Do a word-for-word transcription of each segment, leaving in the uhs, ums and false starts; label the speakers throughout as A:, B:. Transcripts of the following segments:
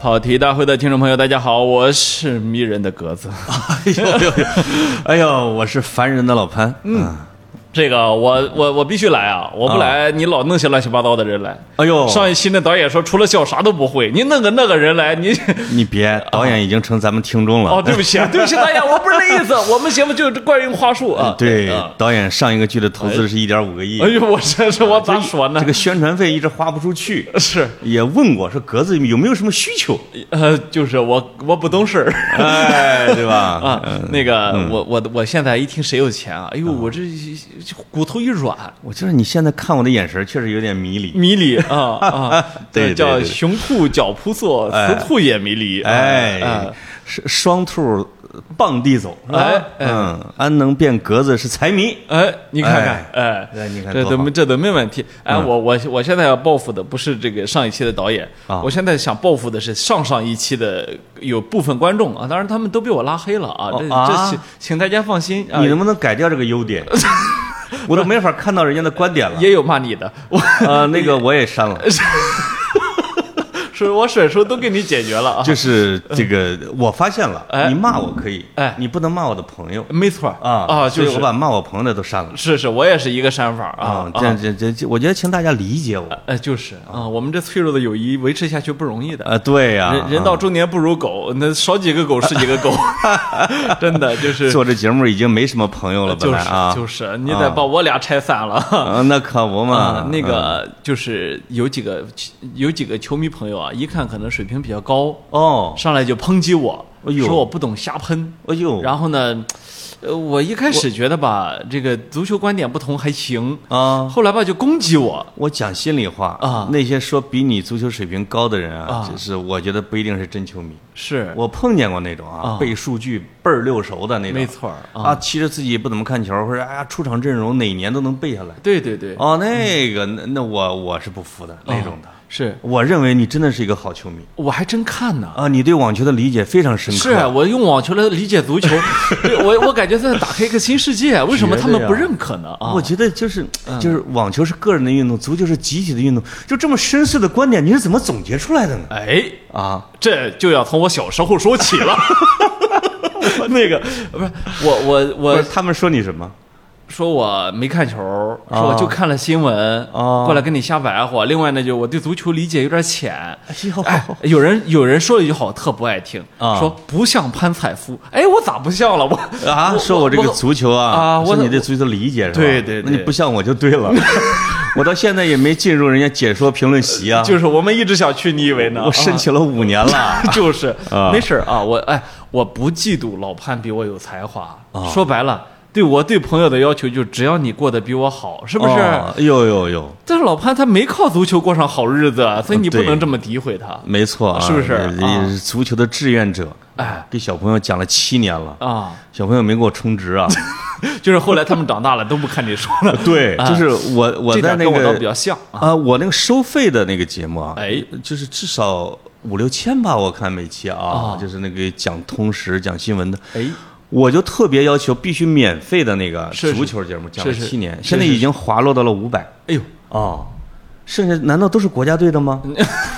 A: 跑题大会的听众朋友，大家好，我是迷人的格子。
B: 哎呦呦呦，哎呦，我是烦人的老潘。嗯，
A: 这个我我我必须来啊！我不来，你老弄些乱七八糟的人来。
B: 哎呦，
A: 上一期那导演说除了笑啥都不会，你弄个那个人来，你
B: 你别，导演已经成咱们听众了。
A: 哦，对不起，对不起，导演，我不是那意思。我们节目就是惯用话术啊。
B: 对，导演上一个剧的投资是一点五个亿。
A: 哎呦，我真是我咋说呢？
B: 这个宣传费一直花不出去。
A: 是，
B: 也问过说格子有没有什么需求？
A: 呃，就是我我不懂事儿，
B: 哎，对吧？
A: 啊，那个我我我现在一听谁有钱啊，哎呦，我这骨头一软。
B: 我就是你现在看我的眼神确实有点迷离，
A: 迷离啊啊！
B: 对，
A: 叫雄兔脚扑朔，雌兔也迷离。
B: 哎，是双兔傍地走，
A: 哎，
B: 嗯，安能辨格子是财迷？
A: 哎，你看看，哎，
B: 你看
A: 这都这都没问题。哎，我我我现在要报复的不是这个上一期的导演，我现在想报复的是上上一期的有部分观众啊，当然他们都被我拉黑了啊，这这请请大家放心。
B: 你能不能改掉这个优点？我都没法看到人家的观点了。
A: 也有骂你的，我
B: 呃，那个我也删了。
A: 是我甩出都给你解决了啊！
B: 就是这个，我发现了，
A: 哎、
B: 你骂我可以，
A: 哎，
B: 你不能骂我的朋友。
A: 没错
B: 啊
A: 啊，就是
B: 我把骂我朋友的都删了。
A: 是是，我也是一个删法啊。
B: 这这这这，我觉得请大家理解我。
A: 哎，就是啊，我们这脆弱的友谊维持下去不容易的
B: 啊。对呀，
A: 人人到中年不如狗，那少几个狗是几个狗，真的就是
B: 做这节目已经没什么朋友了，本来啊，
A: 就是你得把我俩拆散了。
B: 啊，那可不嘛。
A: 那个就是有几个有几个球迷朋友啊，一看可能水平比较高
B: 哦，
A: 上来就抨击我，
B: 哎呦，
A: 说我不懂瞎喷，
B: 哎呦，
A: 然后呢，呃，我一开始觉得吧，这个足球观点不同还行
B: 啊，
A: 后来吧就攻击我。
B: 我讲心里话
A: 啊，
B: 那些说比你足球水平高的人啊，就是我觉得不一定是真球迷。
A: 是
B: 我碰见过那种啊，背数据倍儿溜熟的那种，
A: 没错
B: 啊，其实自己不怎么看球，或者哎呀出场阵容哪年都能背下来。
A: 对对对，
B: 哦，那个那那我我是不服的那种的。
A: 是，
B: 我认为你真的是一个好球迷，
A: 我还真看呢
B: 啊！你对网球的理解非常深刻。
A: 是啊，我用网球来理解足球，我我感觉在打开一个新世界。为什么他们不认可呢？啊，
B: 我觉得就是就是网球是个人的运动，足球是集体的运动，就这么深邃的观点，你是怎么总结出来的呢？
A: 哎
B: 啊，
A: 这就要从我小时候说起了。那个不是我我我，
B: 他们说你什么？
A: 说我没看球，说我就看了新闻，
B: 啊、
A: 过来跟你瞎白话。另外呢，就我对足球理解有点浅。
B: 哎呦，
A: 哎，有人有人说了一句话，我特不爱听，
B: 啊、
A: 说不像潘采夫。哎，我咋不像了？我
B: 啊，我说我这个足球啊，
A: 啊，我
B: 说你对足球的理解是吧？
A: 对对对，
B: 那你不像我就对了。我到现在也没进入人家解说评论席啊。
A: 就是我们一直想去，你以为呢？
B: 我申请了五年了。啊、
A: 就是、啊、没事啊，我哎，我不嫉妒老潘比我有才华。
B: 啊、
A: 说白了。对我对朋友的要求就只要你过得比我好，是不是？
B: 哎呦呦呦！
A: 但是老潘他没靠足球过上好日子，所以你不能这么诋毁他。
B: 没错，
A: 是不是？
B: 啊、足球的志愿者，
A: 哎，
B: 给小朋友讲了七年了
A: 啊，
B: 小朋友没给我充值啊。
A: 就是后来他们长大了都不看你说了。
B: 对，就是我我在那个
A: 这点跟我倒比较像
B: 啊，我那个收费的那个节目啊，
A: 哎，
B: 就是至少五六千吧，我看每期啊，就是那个讲通识、讲新闻的，
A: 哎。
B: 我就特别要求必须免费的那个足球节目，讲了七年，现在已经滑落到了五百。
A: 哎呦，
B: 哦，剩下难道都是国家队的吗？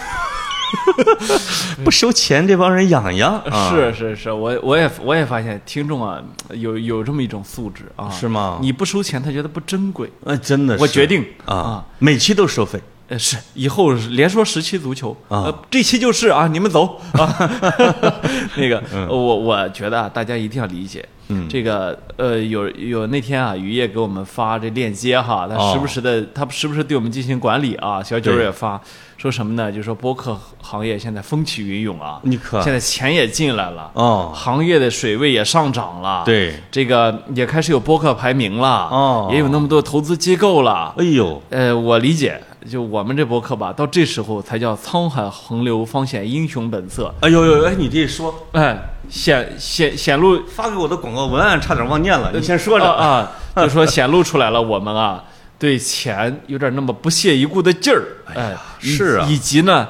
B: 不收钱，这帮人痒痒。
A: 啊、是是是，我我也我也发现听众啊有有这么一种素质啊，
B: 是吗？
A: 你不收钱，他觉得不珍贵。
B: 呃，真的是。
A: 我决定
B: 啊，啊每期都收费。
A: 呃，是以后连说十期足球
B: 啊、
A: 呃，这期就是啊，你们走啊。那个，嗯、我我觉得啊，大家一定要理解，
B: 嗯，
A: 这个呃，有有那天啊，雨夜给我们发这链接哈，他时不时的，哦、他时不时对我们进行管理啊。小九也发说什么呢？就说播客行业现在风起云涌啊，
B: 你可
A: 现在钱也进来了
B: 哦，
A: 行业的水位也上涨了，
B: 对，
A: 这个也开始有播客排名了
B: 哦，
A: 也有那么多投资机构了。
B: 哎呦，
A: 呃，我理解。就我们这博客吧，到这时候才叫沧海横流，方显英雄本色。
B: 哎呦呦，哎，你这一说，
A: 哎，显显显露
B: 发给我的广告文案差点忘念了，你先说着
A: 啊，啊就说显露出来了，我们啊对钱有点那么不屑一顾的劲儿。
B: 哎，是啊，
A: 以及呢，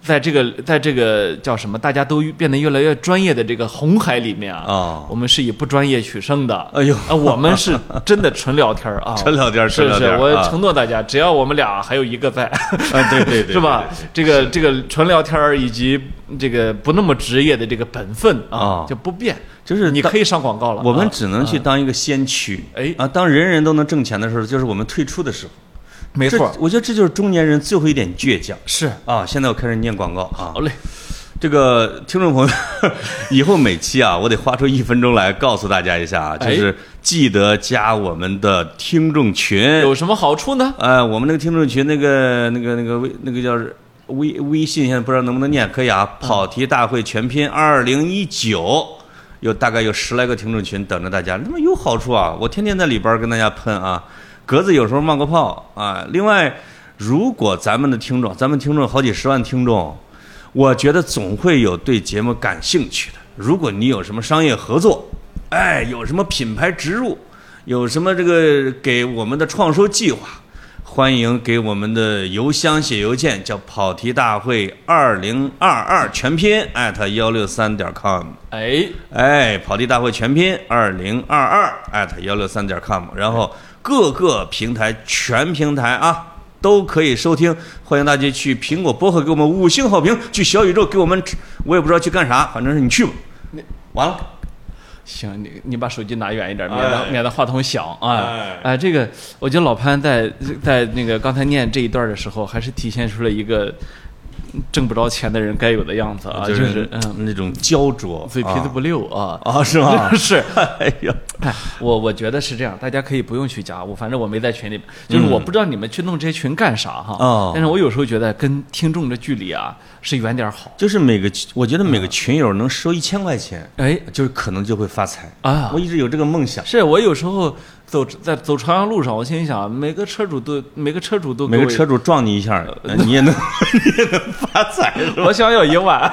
A: 在这个在这个叫什么，大家都变得越来越专业的这个红海里面啊，
B: 哦、
A: 我们是以不专业取胜的。
B: 哎呦，
A: 啊，我们是真的纯聊天啊，
B: 纯聊天，
A: 是是，
B: 纯聊天。
A: 我承诺大家，只要我们俩还有一个在，
B: 啊，对对对，
A: 是吧？这个这个纯聊天以及这个不那么职业的这个本分啊，就不变。
B: 就是
A: 你可以上广告了，
B: 我们只能去当一个先驱。
A: 哎
B: 啊，当人人都能挣钱的时候，就是我们退出的时候。
A: 没错，
B: 我觉得这就是中年人最后一点倔强。
A: 是
B: 啊，现在我开始念广告啊。
A: 好嘞，
B: 这个听众朋友，以后每期啊，我得花出一分钟来告诉大家一下啊，就是记得加我们的听众群。
A: 有什么好处呢？
B: 呃，我们那个听众群，那个那个那个微那个叫微微信，现在不知道能不能念，可以啊。跑题大会全拼二零一九，有大概有十来个听众群等着大家，那么有好处啊！我天天在里边跟大家喷啊。格子有时候冒个泡啊。另外，如果咱们的听众，咱们听众好几十万听众，我觉得总会有对节目感兴趣的。如果你有什么商业合作，哎，有什么品牌植入，有什么这个给我们的创收计划，欢迎给我们的邮箱写邮件，叫跑题大会二零二二全拼艾特幺六三点 com。
A: 哎
B: 哎，跑题大会全拼二零二二艾特幺六三点 com， 然后。各个平台全平台啊都可以收听，欢迎大家去苹果播客给我们五星好评，去小宇宙给我们，我也不知道去干啥，反正是你去吧。完了，
A: 行，你你把手机拿远一点，免得、
B: 哎、
A: 免得话筒响啊。
B: 哎,
A: 哎，这个我觉得老潘在在那个刚才念这一段的时候，还是体现出了一个挣不着钱的人该有的样子啊，
B: 就
A: 是
B: 嗯那种焦灼，
A: 嘴皮子不溜啊
B: 啊，是吗？
A: 是，
B: 哎呀，
A: 哎，我我觉得是这样，大家可以不用去加我，反正我没在群里，就是我不知道你们去弄这些群干啥哈。
B: 哦，
A: 但是我有时候觉得跟听众的距离啊是远点好。
B: 就是每个，我觉得每个群友能收一千块钱，
A: 哎，
B: 就是可能就会发财
A: 啊。
B: 我一直有这个梦想。
A: 是我有时候。走在走朝阳路上，我心里想，每个车主都每个车主都
B: 每个车主撞你一下，你也能你也能发财。
A: 我想有一万。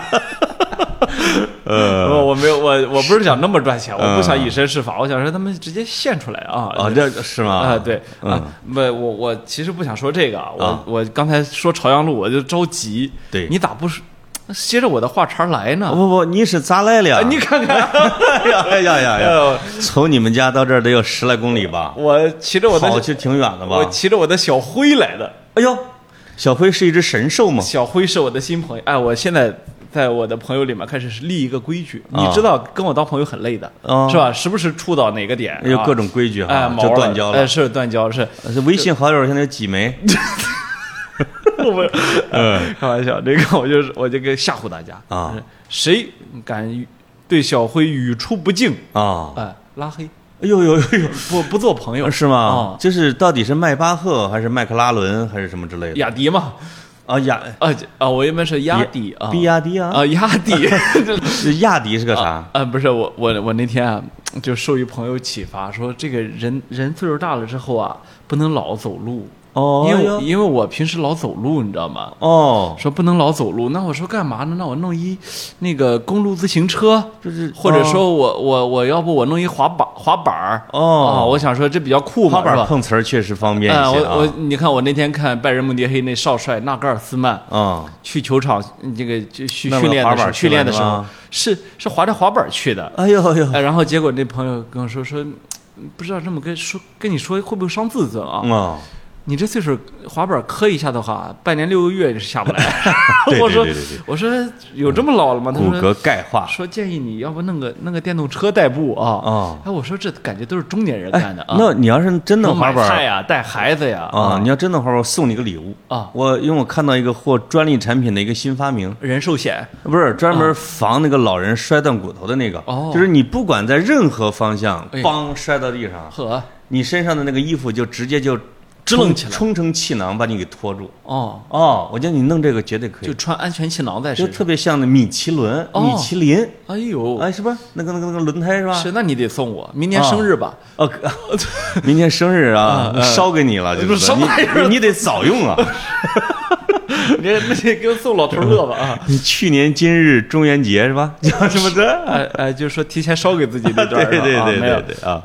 A: 呃，我我没有我我不是想那么赚钱，我不想以身试法，我想说他们直接现出来啊。
B: 啊，这是吗？
A: 啊，对啊，不，我我其实不想说这个，我我刚才说朝阳路，我就着急。
B: 对，
A: 你咋不是？接着我的话茬来呢？
B: 不不，你是咋来了？
A: 你看看，
B: 哎呀哎呀呀呀！从你们家到这儿得有十来公里吧？
A: 我骑着我的，
B: 跑去挺远的吧？
A: 我骑着我的小灰来的。
B: 哎呦，小灰是一只神兽吗？
A: 小灰是我的新朋友。哎，我现在在我的朋友里面开始立一个规矩，你知道，跟我当朋友很累的，是吧？时不时触到哪个点，
B: 有各种规矩哈，
A: 哎，
B: 就断交了。
A: 哎，是断交，是
B: 微信好友现在有几枚？
A: 我嗯，开玩笑，这个我就是我这个吓唬大家
B: 啊，
A: 谁敢对小辉语出不敬
B: 啊，
A: 哎，拉黑。
B: 哎呦呦呦呦，
A: 不不做朋友
B: 是吗？
A: 啊，
B: 就是到底是迈巴赫还是迈克拉伦还是什么之类的？
A: 雅迪嘛。
B: 啊雅
A: 啊啊！我原本是雅迪啊，
B: 比亚迪啊
A: 啊雅迪，
B: 这亚迪是个啥？
A: 啊不是我我我那天啊就受一朋友启发，说这个人人岁数大了之后啊，不能老走路。
B: 哦，
A: 因为因为我平时老走路，你知道吗？
B: 哦，
A: 说不能老走路，那我说干嘛呢？那我弄一那个公路自行车，
B: 就是
A: 或者说我我我要不我弄一滑板滑板儿
B: 哦，
A: 我想说这比较酷嘛，
B: 滑板碰瓷儿确实方便一些
A: 啊。我我你看我那天看拜仁慕尼黑那少帅纳格尔斯曼
B: 啊，
A: 去球场这个就训训练的时候，训练的时候是是滑着滑板去的。
B: 哎呦呦，
A: 然后结果那朋友跟我说说，不知道这么跟说跟你说会不会伤自尊啊？
B: 啊。
A: 你这岁数滑板磕一下的话，半年六个月是下不来。
B: 我
A: 说我说有这么老了吗？
B: 骨骼钙化。
A: 说建议你要不弄个弄个电动车代步啊。
B: 啊。
A: 哎，我说这感觉都是中年人干的啊。
B: 那你要是真的滑板，
A: 买菜呀，带孩子呀
B: 啊，你要真的滑板，我送你个礼物
A: 啊。
B: 我因为我看到一个获专利产品的一个新发明，
A: 人寿险
B: 不是专门防那个老人摔断骨头的那个，
A: 哦，
B: 就是你不管在任何方向，梆摔到地上，
A: 呵，
B: 你身上的那个衣服就直接就。
A: 支棱起来，
B: 充成气囊把你给拖住。
A: 哦
B: 哦，我觉得你弄这个绝对可以，
A: 就穿安全气囊在身上，
B: 就特别像那米其林、
A: 哦、
B: 米其林。
A: 哎呦，
B: 哎，是吧？那个那个那个轮胎是吧？
A: 是，那你得送我，明年生日吧？
B: 哦，明年生日啊，烧给你了，就是
A: 什么玩意儿？
B: 你得早用啊！
A: 你那得给我送老头乐吧啊！
B: 你去年今日中元节是吧？叫什么的？
A: 哎哎，就是说提前烧给自己那段，
B: 对对对对对啊！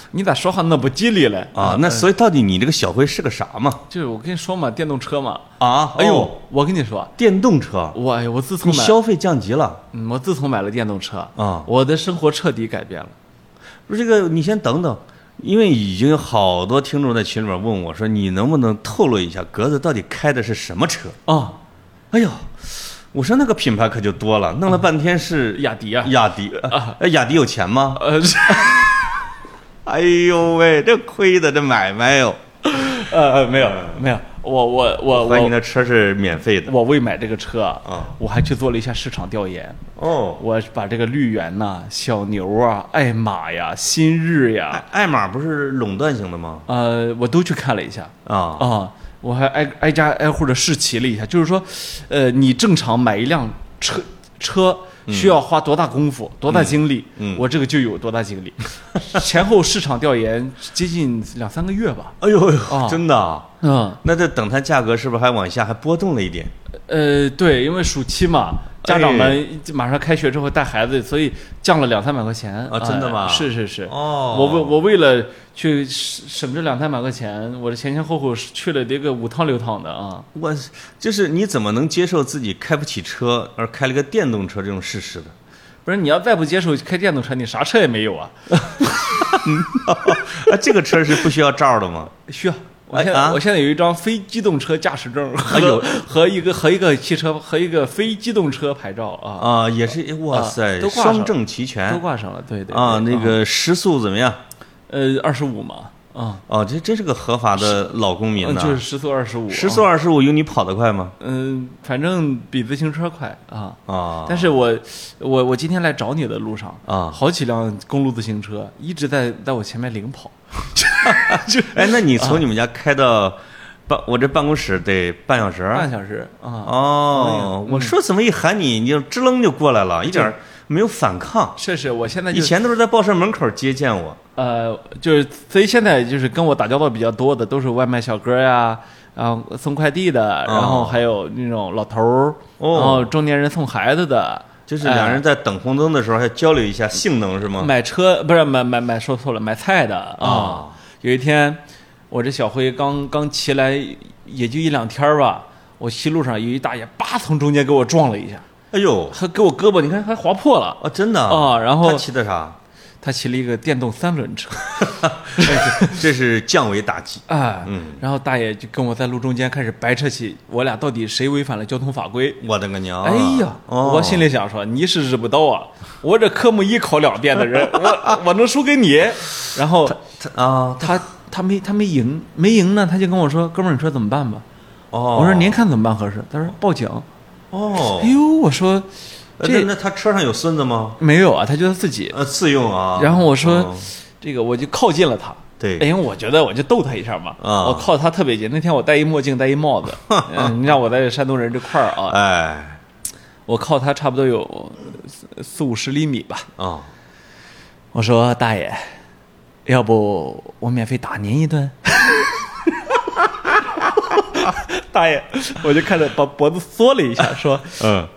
A: 你咋说话那不吉利嘞？
B: 啊，那所以到底你这个小辉是个啥嘛？
A: 就是我跟你说嘛，电动车嘛。
B: 啊，
A: 哎呦，我跟你说，
B: 电动车，
A: 我哎，我自从
B: 你消费降级了，
A: 嗯，我自从买了电动车
B: 啊，
A: 我的生活彻底改变了。
B: 不是这个，你先等等。因为已经有好多听众在群里面问我说：“你能不能透露一下格子到底开的是什么车？”
A: 啊，
B: 哎呦，我说那个品牌可就多了，弄了半天是
A: 雅迪啊，
B: 雅迪啊，哎，雅迪有钱吗？
A: 呃，
B: 哎呦喂，这亏的这买卖哟。
A: 呃，没有没有，我我我
B: 我怀疑你的车是免费的。
A: 我为买这个车
B: 啊，
A: 我还去做了一下市场调研。
B: 哦，
A: 我把这个绿源呐、小牛啊、爱玛呀、新日呀，
B: 爱玛不是垄断型的吗？
A: 呃，我都去看了一下。
B: 啊
A: 啊，我还挨挨家挨户的试骑了一下，就是说，呃，你正常买一辆车车。需要花多大功夫、多大精力？
B: 嗯，
A: 我这个就有多大精力。前后市场调研接近两三个月吧。
B: 哎呦呦，啊、真的？
A: 嗯，
B: 那这等它价格是不是还往下还波动了一点？
A: 呃，对，因为暑期嘛，家长们马上开学之后带孩子，所以降了两三百块钱
B: 啊！真的吗？
A: 呃、是是是。
B: 哦，
A: 我为我为了去省这两三百块钱，我这前前后后去了这个五趟六趟的啊。
B: 我就是你怎么能接受自己开不起车而开了个电动车这种事实的？
A: 不是，你要再不接受开电动车，你啥车也没有啊。
B: 啊，这个车是不需要照的吗？
A: 需要。我现在、啊、我现在有一张非机动车驾驶证和、哎、和一个和一个汽车和一个非机动车牌照啊
B: 啊，也是哇塞，
A: 都
B: 双证齐全，
A: 都挂上了，对对
B: 啊，那个时速怎么样？
A: 呃，二十五嘛，啊
B: 哦，这真是个合法的老公民呐、
A: 嗯，就是时速二十五，
B: 时速二十五有你跑得快吗？
A: 嗯，反正比自行车快啊
B: 啊！
A: 但是我我我今天来找你的路上
B: 啊，
A: 好几辆公路自行车一直在在我前面领跑，
B: 就哎，那你从你们家开到？办我这办公室得半小时，
A: 半小时啊！
B: 哦，我说怎么一喊你，你就支棱就过来了，一点没有反抗。
A: 是是，我现在
B: 以前都是在报社门口接见我。
A: 呃，就是所以现在就是跟我打交道比较多的都是外卖小哥呀，然后送快递的，然后还有那种老头儿，然后中年人送孩子的。
B: 就是两人在等红灯的时候还交流一下性能是吗？
A: 买车不是买买买说错了，买菜的啊。有一天。我这小辉刚刚骑来也就一两天吧，我骑路上有一大爷叭从中间给我撞了一下，
B: 哎呦，
A: 还给我胳膊你看还划破了
B: 啊！真的
A: 啊！然后
B: 他骑的啥？
A: 他骑了一个电动三轮车，
B: 这是降维打击
A: 啊！嗯，然后大爷就跟我在路中间开始掰扯起我俩到底谁违反了交通法规。
B: 我的个娘！
A: 哎呀，哦、我心里想说你是日不到啊！我这科目一考两遍的人，我我能输给你？然后
B: 他啊
A: 他。他没他没赢没赢呢，他就跟我说：“哥们儿，你说怎么办吧？”
B: 哦，
A: 我说：“您看怎么办合适？”他说：“报警。”
B: 哦，
A: 哎呦，我说，
B: 这那他车上有孙子吗？
A: 没有啊，他就他自己
B: 呃自用啊。
A: 然后我说：“哦、这个我就靠近了他。”
B: 对，
A: 因为我觉得我就逗他一下嘛，
B: 啊，
A: 我靠他特别近。那天我戴一墨镜，戴一帽子，嗯，你让我在山东人这块儿啊，
B: 哎，
A: 我靠他差不多有四五十厘米吧。
B: 啊，
A: 我说大爷。要不我免费打您一顿？大爷，我就看着把脖子缩了一下，说：“
B: 嗯，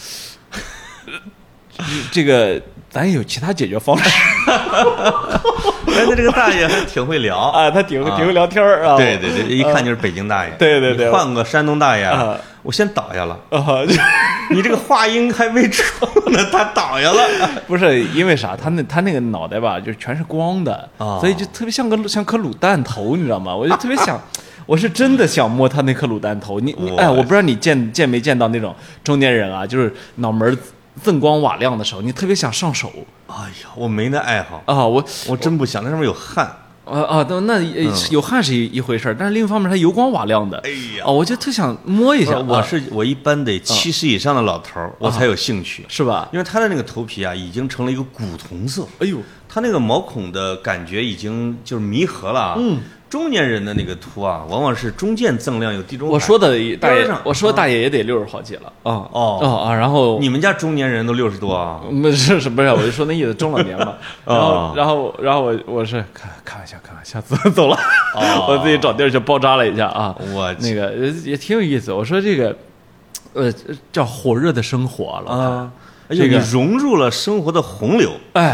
A: 这个咱有其他解决方式。”
B: 哎，那这个大爷还挺会聊
A: 啊，他挺挺会聊天儿啊。
B: 对对对，一看就是北京大爷。
A: 对对对，
B: 换个山东大爷，我先倒下了。你这个话音还没出呢，他倒下了。
A: 不是因为啥？他那他那个脑袋吧，就全是光的，
B: 哦、
A: 所以就特别像个像颗卤蛋头，你知道吗？我就特别想，我是真的想摸他那颗卤蛋头。你你哎，我不知道你见见没见到那种中年人啊，就是脑门锃光瓦亮的时候，你特别想上手。
B: 哎呀，我没那爱好
A: 啊，我
B: 我真不想，那上面有汗。
A: 啊啊，那那有汗是一一回事，但是另一方面它油光瓦亮的。
B: 哎呀，
A: 哦，我就特想摸一下。
B: 我是我一般得七十以上的老头儿，我才有兴趣，
A: 是吧？
B: 因为他的那个头皮啊，已经成了一个古铜色。
A: 哎呦，
B: 他那个毛孔的感觉已经就是弥合了。
A: 嗯。
B: 中年人的那个秃啊，往往是中见锃亮，有地中海。
A: 我说的大爷，我说大爷也得六十好几了啊！
B: 哦
A: 哦啊！然后
B: 你们家中年人都六十多啊？
A: 不是是不是？我就说那意思，中老年嘛。然后然后然后我我是开开玩笑开玩笑，走走了。我自己找地儿去包扎了一下啊。
B: 我
A: 那个也挺有意思。我说这个，呃，叫火热的生活了
B: 啊。这个融入了生活的洪流。
A: 哎。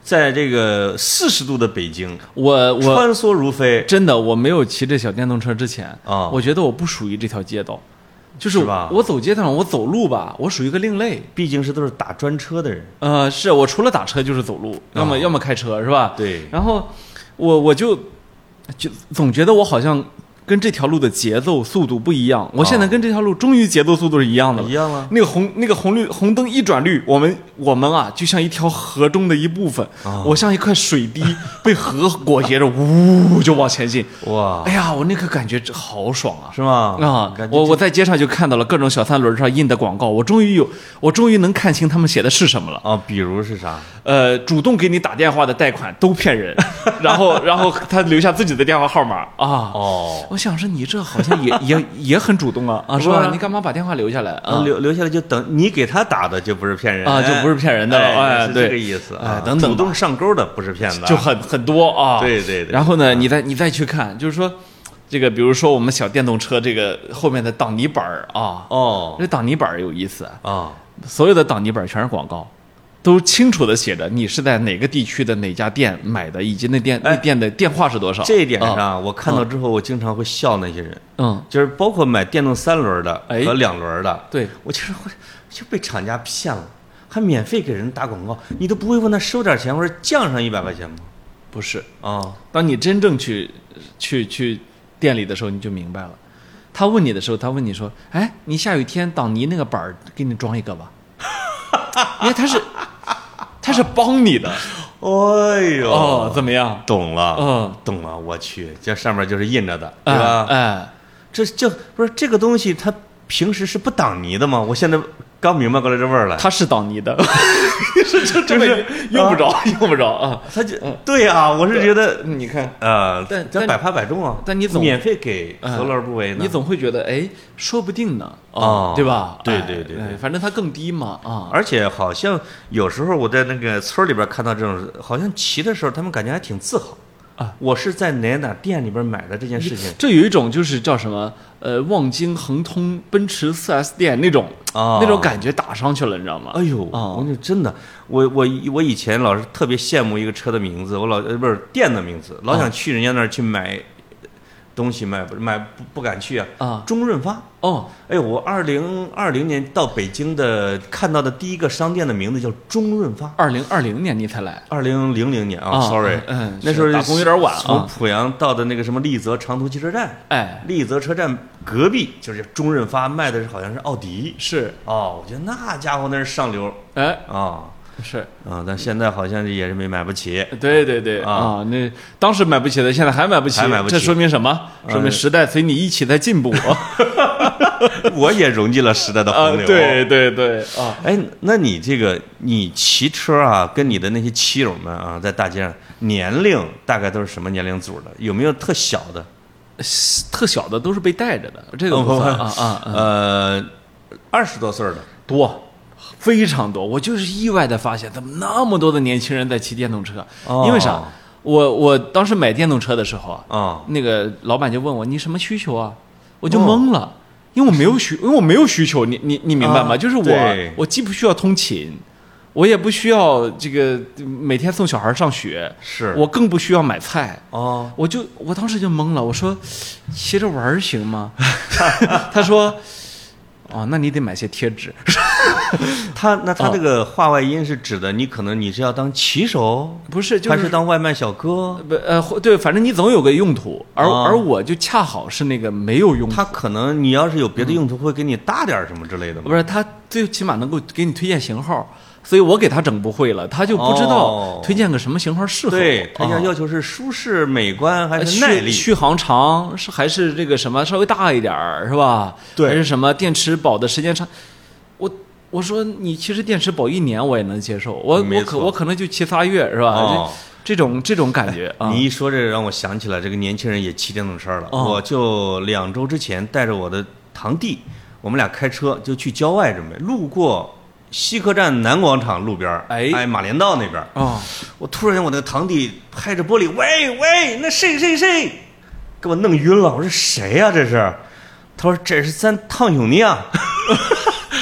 B: 在这个四十度的北京，
A: 我我
B: 穿梭如飞。
A: 真的，我没有骑这小电动车之前
B: 啊，
A: 我觉得我不属于这条街道。就是我走街道上，我走路吧，我属于一个另类。
B: 毕竟是都是打专车的人。
A: 呃，是我除了打车就是走路，要么、哦、要么开车，是吧？
B: 对。
A: 然后我我就就总觉得我好像跟这条路的节奏速度不一样。我现在跟这条路终于节奏速度是一样的了。
B: 一样了。
A: 那个红那个红绿红灯一转绿，我们我们啊就像一条河中的一部分，哦、我像一块水滴被河裹挟着，呜就往前进。
B: 哇！
A: 哎呀，我那个感觉好爽啊！
B: 是吗？
A: 啊，我我在街上就看到了各种小三轮上印的广告，我终于有，我终于能看清他们写的是什么了
B: 啊、哦！比如是啥？
A: 呃，主动给你打电话的贷款都骗人，然后然后他留下自己的电话号码啊。
B: 哦，
A: 我想说你这好像也也也很主动啊啊，是吧？你干嘛把电话留下来啊？
B: 留留下来就等你给他打的就不是骗人
A: 啊，就不是骗人的了。哎，
B: 是这个意思
A: 啊。等等，
B: 主动上钩的不是骗子，
A: 就很很多啊。
B: 对对对。
A: 然后呢，你再你再去看，就是说。这个比如说我们小电动车这个后面的挡泥板啊，
B: 哦，
A: 这挡泥板有意思
B: 啊，
A: 所有的挡泥板全是广告，都清楚的写着你是在哪个地区的哪家店买的，以及那店那店的电话是多少。
B: 这一点上，我看到之后，我经常会笑那些人，
A: 嗯，
B: 就是包括买电动三轮的和两轮的，
A: 对
B: 我其实会就被厂家骗了，还免费给人打广告，你都不会问他收点钱或者降上一百块钱吗？
A: 不是
B: 啊，
A: 当你真正去去去。店里的时候你就明白了，他问你的时候，他问你说：“哎，你下雨天挡泥那个板儿，给你装一个吧。”因为他是他是帮你的。
B: 哎呦，
A: 哦，怎么样？
B: 懂了，
A: 嗯，
B: 懂了。我去，这上面就是印着的，对吧？
A: 哎，
B: 这这不是这个东西，它平时是不挡泥的吗？我现在刚明白过来这味儿来。
A: 它是挡泥的。是就是用不着，啊、用不着啊！
B: 他就对呀、啊，我是觉得
A: 你看
B: 呃，
A: 但
B: 这百发百中啊。
A: 但你总
B: 免费给何乐而不为呢？
A: 你总会觉得哎，说不定呢啊、哦，对吧？
B: 对对对，
A: 哎、反正它更低嘛啊！
B: 而且好像有时候我在那个村里边看到这种，好像骑的时候他们感觉还挺自豪
A: 啊！
B: 我是在哪哪店里边买的这件事情。
A: 这有一种就是叫什么呃，望京恒通奔驰 四 S 店那种。
B: 啊，
A: 那种感觉打上去了，你知道吗？
B: 哎呦，
A: 啊、
B: 我就真的，我我我以前老是特别羡慕一个车的名字，我老呃不是店的名字，老想去人家那儿去买东西，买不买不不敢去啊。
A: 啊，
B: 中润发。
A: 哦，
B: 哎呦，我二零二零年到北京的看到的第一个商店的名字叫中润发。
A: 二零二零年你才来？
B: 二零零零年啊、哦、，sorry，
A: 嗯，
B: 那时候
A: 打工有点晚啊。
B: 从濮阳到的那个什么丽泽长途汽车站，
A: 哎，
B: 丽泽车站隔壁就是中润发，卖的是好像是奥迪。
A: 是
B: 哦，我觉得那家伙那是上流。
A: 哎
B: 啊。哦
A: 是
B: 啊，但现在好像也是没买不起。
A: 对对对啊, 啊，那当时买不起的，现在还买不起，
B: 还买不起，
A: 这说明什么？说明时代随你一起在进步。
B: 我也融进了时代的洪流。
A: 啊、对对对啊，
B: 哎，那你这个你骑车啊，跟你的那些骑友们啊，在大街上年龄大概都是什么年龄组的？有没有特小的？
A: 特小的都是被带着的，这个不算、哦、啊啊。
B: 呃，二十多岁的
A: 多。非常多，我就是意外的发现，怎么那么多的年轻人在骑电动车？
B: 哦、
A: 因为啥？我我当时买电动车的时候啊，
B: 哦、
A: 那个老板就问我你什么需求啊？我就懵了，哦、因为我没有需，因为我没有需求，你你你明白吗？啊、就是我我既不需要通勤，我也不需要这个每天送小孩上学，
B: 是
A: 我更不需要买菜
B: 哦。
A: 我就我当时就懵了，我说骑着玩行吗？他说。哦，那你得买些贴纸。
B: 他那他这个话外音是指的你可能你是要当骑手，
A: 不是，就是、
B: 还是当外卖小哥？
A: 不呃，对，反正你总有个用途，而、哦、而我就恰好是那个没有用途。
B: 他可能你要是有别的用途，会给你搭点什么之类的吗？
A: 不是，他最起码能够给你推荐型号。所以我给他整不会了，他就不知道推荐个什么型号适合。
B: 对，他要要求是舒适、美观还是耐力？
A: 续航长是还是这个什么稍微大一点儿是吧？
B: 对，
A: 还是什么电池保的时间长？我我说你其实电池保一年我也能接受，我我可我可能就骑仨月是吧？
B: 哦、
A: 这种这种感觉、
B: 哎。你一说这让我想起来，这个年轻人也骑电动车了。
A: 哦、
B: 我就两周之前带着我的堂弟，我们俩开车就去郊外准备，路过。西客站南广场路边，
A: 哎
B: 哎，马连道那边，
A: 哦，
B: 我突然间我那个堂弟拍着玻璃，喂喂，那谁谁谁，给我弄晕了。我说谁呀、啊、这是？他说这是咱堂兄弟啊。那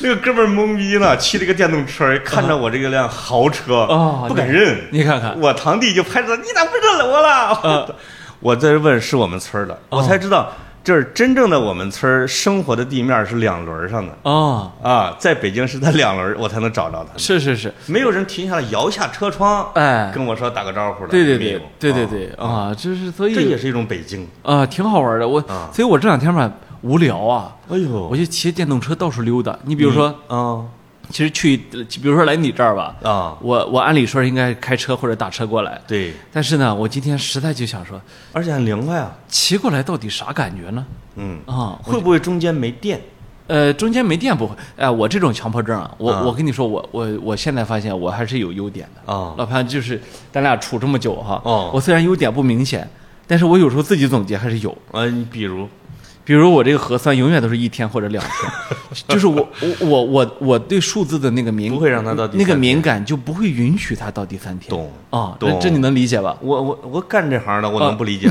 B: 这个哥们儿懵逼了，骑了个电动车，看着我这个辆豪车
A: 啊，
B: 不敢认。
A: 你看看，
B: 我堂弟就拍着，你咋不认我了？我在问是我们村的，我才知道。这是真正的我们村生活的地面是两轮上的
A: 啊
B: 啊，在北京是在两轮我才能找着他。
A: 是是是，
B: 没有人停下来摇下车窗，
A: 哎，
B: 跟我说打个招呼的。
A: 对对对对对对啊，这是所以
B: 这也是一种北京
A: 啊，挺好玩的。我所以，我这两天吧无聊啊，
B: 哎呦，
A: 我就骑电动车到处溜达。你比如说
B: 啊。
A: 其实去，比如说来你这儿吧，
B: 啊，
A: 我我按理说应该开车或者打车过来，
B: 对。
A: 但是呢，我今天实在就想说，
B: 而且很凉快啊，
A: 骑过来到底啥感觉呢？
B: 嗯
A: 啊，
B: 会不会中间没电？
A: 呃，中间没电不会。哎，我这种强迫症啊，我、
B: 啊、
A: 我跟你说，我我我现在发现我还是有优点的
B: 啊。
A: 老潘就是咱俩处这么久哈，
B: 哦，
A: 我虽然优点不明显，但是我有时候自己总结还是有。
B: 啊，你比如。
A: 比如我这个核酸永远都是一天或者两天，就是我我我我我对数字的那个敏
B: 不会让它到第三天，
A: 那个敏感就不会允许它到第三天。
B: 懂
A: 啊，
B: 懂，
A: 这你能理解吧？
B: 我我我干这行的，我能不理解吗？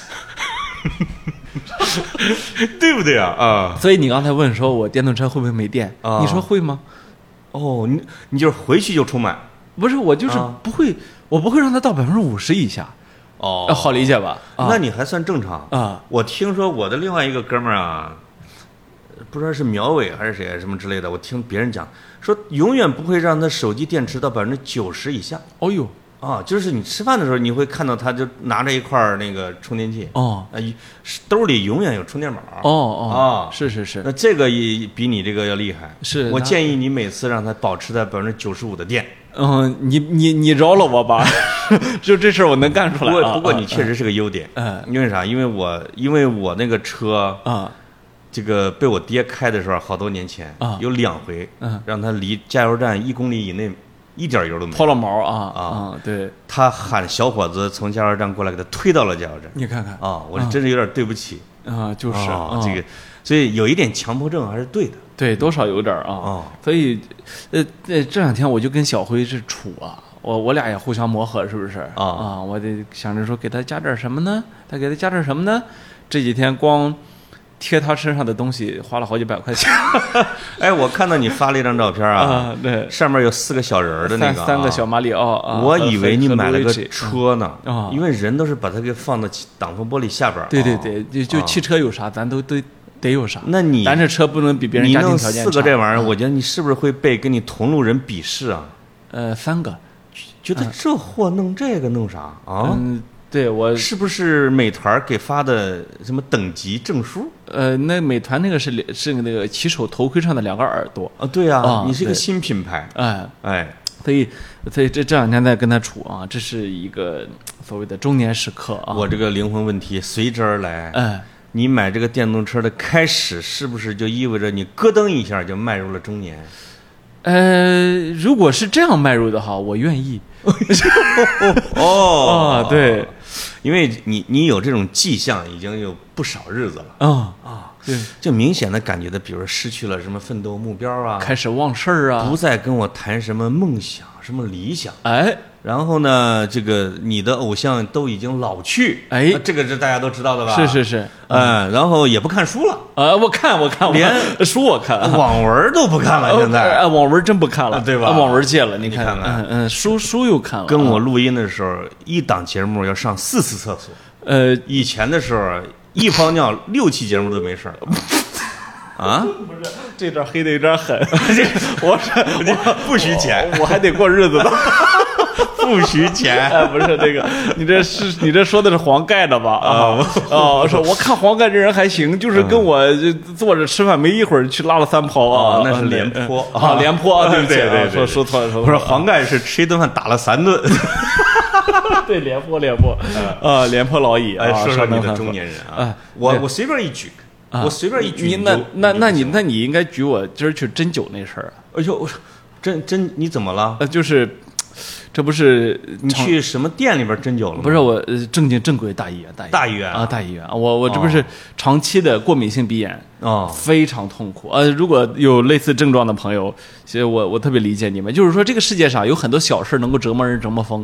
B: 对不对啊？啊！
A: 所以你刚才问说我电动车会不会没电？
B: 啊、
A: 你说会吗？
B: 哦，你你就是回去就充满？
A: 不是，我就是不会，啊、我不会让它到百分之五十以下。
B: 哦，
A: 好理解吧？
B: 啊、那你还算正常
A: 啊！
B: 我听说我的另外一个哥们儿啊，不知道是苗伟还是谁什么之类的，我听别人讲说，永远不会让他手机电池到百分之九十以下。
A: 哦呦，
B: 啊，就是你吃饭的时候，你会看到他就拿着一块那个充电器。
A: 哦，
B: 啊，兜里永远有充电宝。
A: 哦哦，
B: 啊，
A: 是是是。
B: 那这个也比你这个要厉害。
A: 是，
B: 我建议你每次让他保持在百分之九十五的电。
A: 嗯，你你你饶了我吧，就这事儿我能干出来。
B: 不过不过你确实是个优点，
A: 嗯，
B: 因为啥？因为我因为我那个车
A: 啊，
B: 这个被我爹开的时候，好多年前
A: 啊，
B: 有两回，
A: 嗯，
B: 让他离加油站一公里以内一点油都没有，
A: 抛了锚啊
B: 啊！
A: 对，
B: 他喊小伙子从加油站过来，给他推到了加油站。
A: 你看看
B: 啊，我是真是有点对不起
A: 啊，就是
B: 这个，所以有一点强迫症还是对的。
A: 对，多少有点啊，
B: 哦、
A: 所以，呃，这两天我就跟小辉是处啊，我我俩也互相磨合，是不是啊？啊，我得想着说给他加点什么呢？他给他加点什么呢？这几天光贴他身上的东西花了好几百块钱。
B: 哎，我看到你发了一张照片啊，
A: 啊对，
B: 上面有四个小人的那个、啊，
A: 三个小马里奥啊。
B: 我以为你买了个车呢，
A: 啊，
B: 因为人都是把它给放到挡风玻璃下边。
A: 对对对，就就汽车有啥，咱都都。得有啥？
B: 那你
A: 咱这车不能比别人家庭条件差。
B: 你弄四个这玩意儿，我觉得你是不是会被跟你同路人鄙视啊？
A: 呃，三个，
B: 觉得这货弄这个弄啥啊？
A: 嗯，对我
B: 是不是美团给发的什么等级证书？
A: 呃，那美团那个是是那个骑手头盔上的两个耳朵
B: 啊。对啊，你是一个新品牌，
A: 哎
B: 哎，
A: 所以所以这这两天在跟他处啊，这是一个所谓的中年时刻啊。
B: 我这个灵魂问题随之而来，
A: 哎。
B: 你买这个电动车的开始，是不是就意味着你咯噔一下就迈入了中年？
A: 呃，如果是这样迈入的话，我愿意。
B: 哦
A: 啊，对，
B: 因为你你有这种迹象，已经有不少日子了。
A: 啊
B: 啊，
A: 对，
B: 就明显的感觉到，比如说失去了什么奋斗目标啊，
A: 开始忘事儿啊，
B: 不再跟我谈什么梦想、什么理想。
A: 哎。
B: 然后呢，这个你的偶像都已经老去，
A: 哎，
B: 这个是大家都知道的吧？
A: 是是是，
B: 嗯，然后也不看书了，
A: 呃，我看我看，
B: 连
A: 书我看，
B: 网文都不看了，现在，
A: 哎，网文真不看了，
B: 对吧？
A: 网文戒了，
B: 你
A: 看
B: 看看，
A: 嗯嗯，书书又看了。
B: 跟我录音的时候，一档节目要上四次厕所，
A: 呃，
B: 以前的时候一泡尿六期节目都没事儿。啊，
A: 不是，这段黑的有点狠，我是
B: 不许钱，
A: 我还得过日子呢。
B: 不许钱，
A: 哎，不是这个，你这是你这说的是黄盖的吧？啊啊！说我看黄盖这人还行，就是跟我坐着吃饭没一会儿去拉了三泡啊，
B: 那是廉颇
A: 啊，廉颇啊，对不起，
B: 对对，
A: 说说错了，说
B: 不是黄盖是吃一顿饭打了三顿，
A: 对，廉颇廉颇啊，廉颇老矣啊，
B: 说说你的中年人啊，我我随便一举。我随便一举，
A: 你那那那你那你应该举我今儿去针灸那事儿。
B: 哎呦，针针你怎么了？
A: 呃，就是，这不是
B: 你去什么店里边针灸了吗？
A: 不是我正经正规大医院，大医院
B: 大医院
A: 啊，大医院。我我这不是长期的过敏性鼻炎
B: 啊，
A: 非常痛苦。呃，如果有类似症状的朋友，其实我我特别理解你们。就是说，这个世界上有很多小事能够折磨人折磨疯。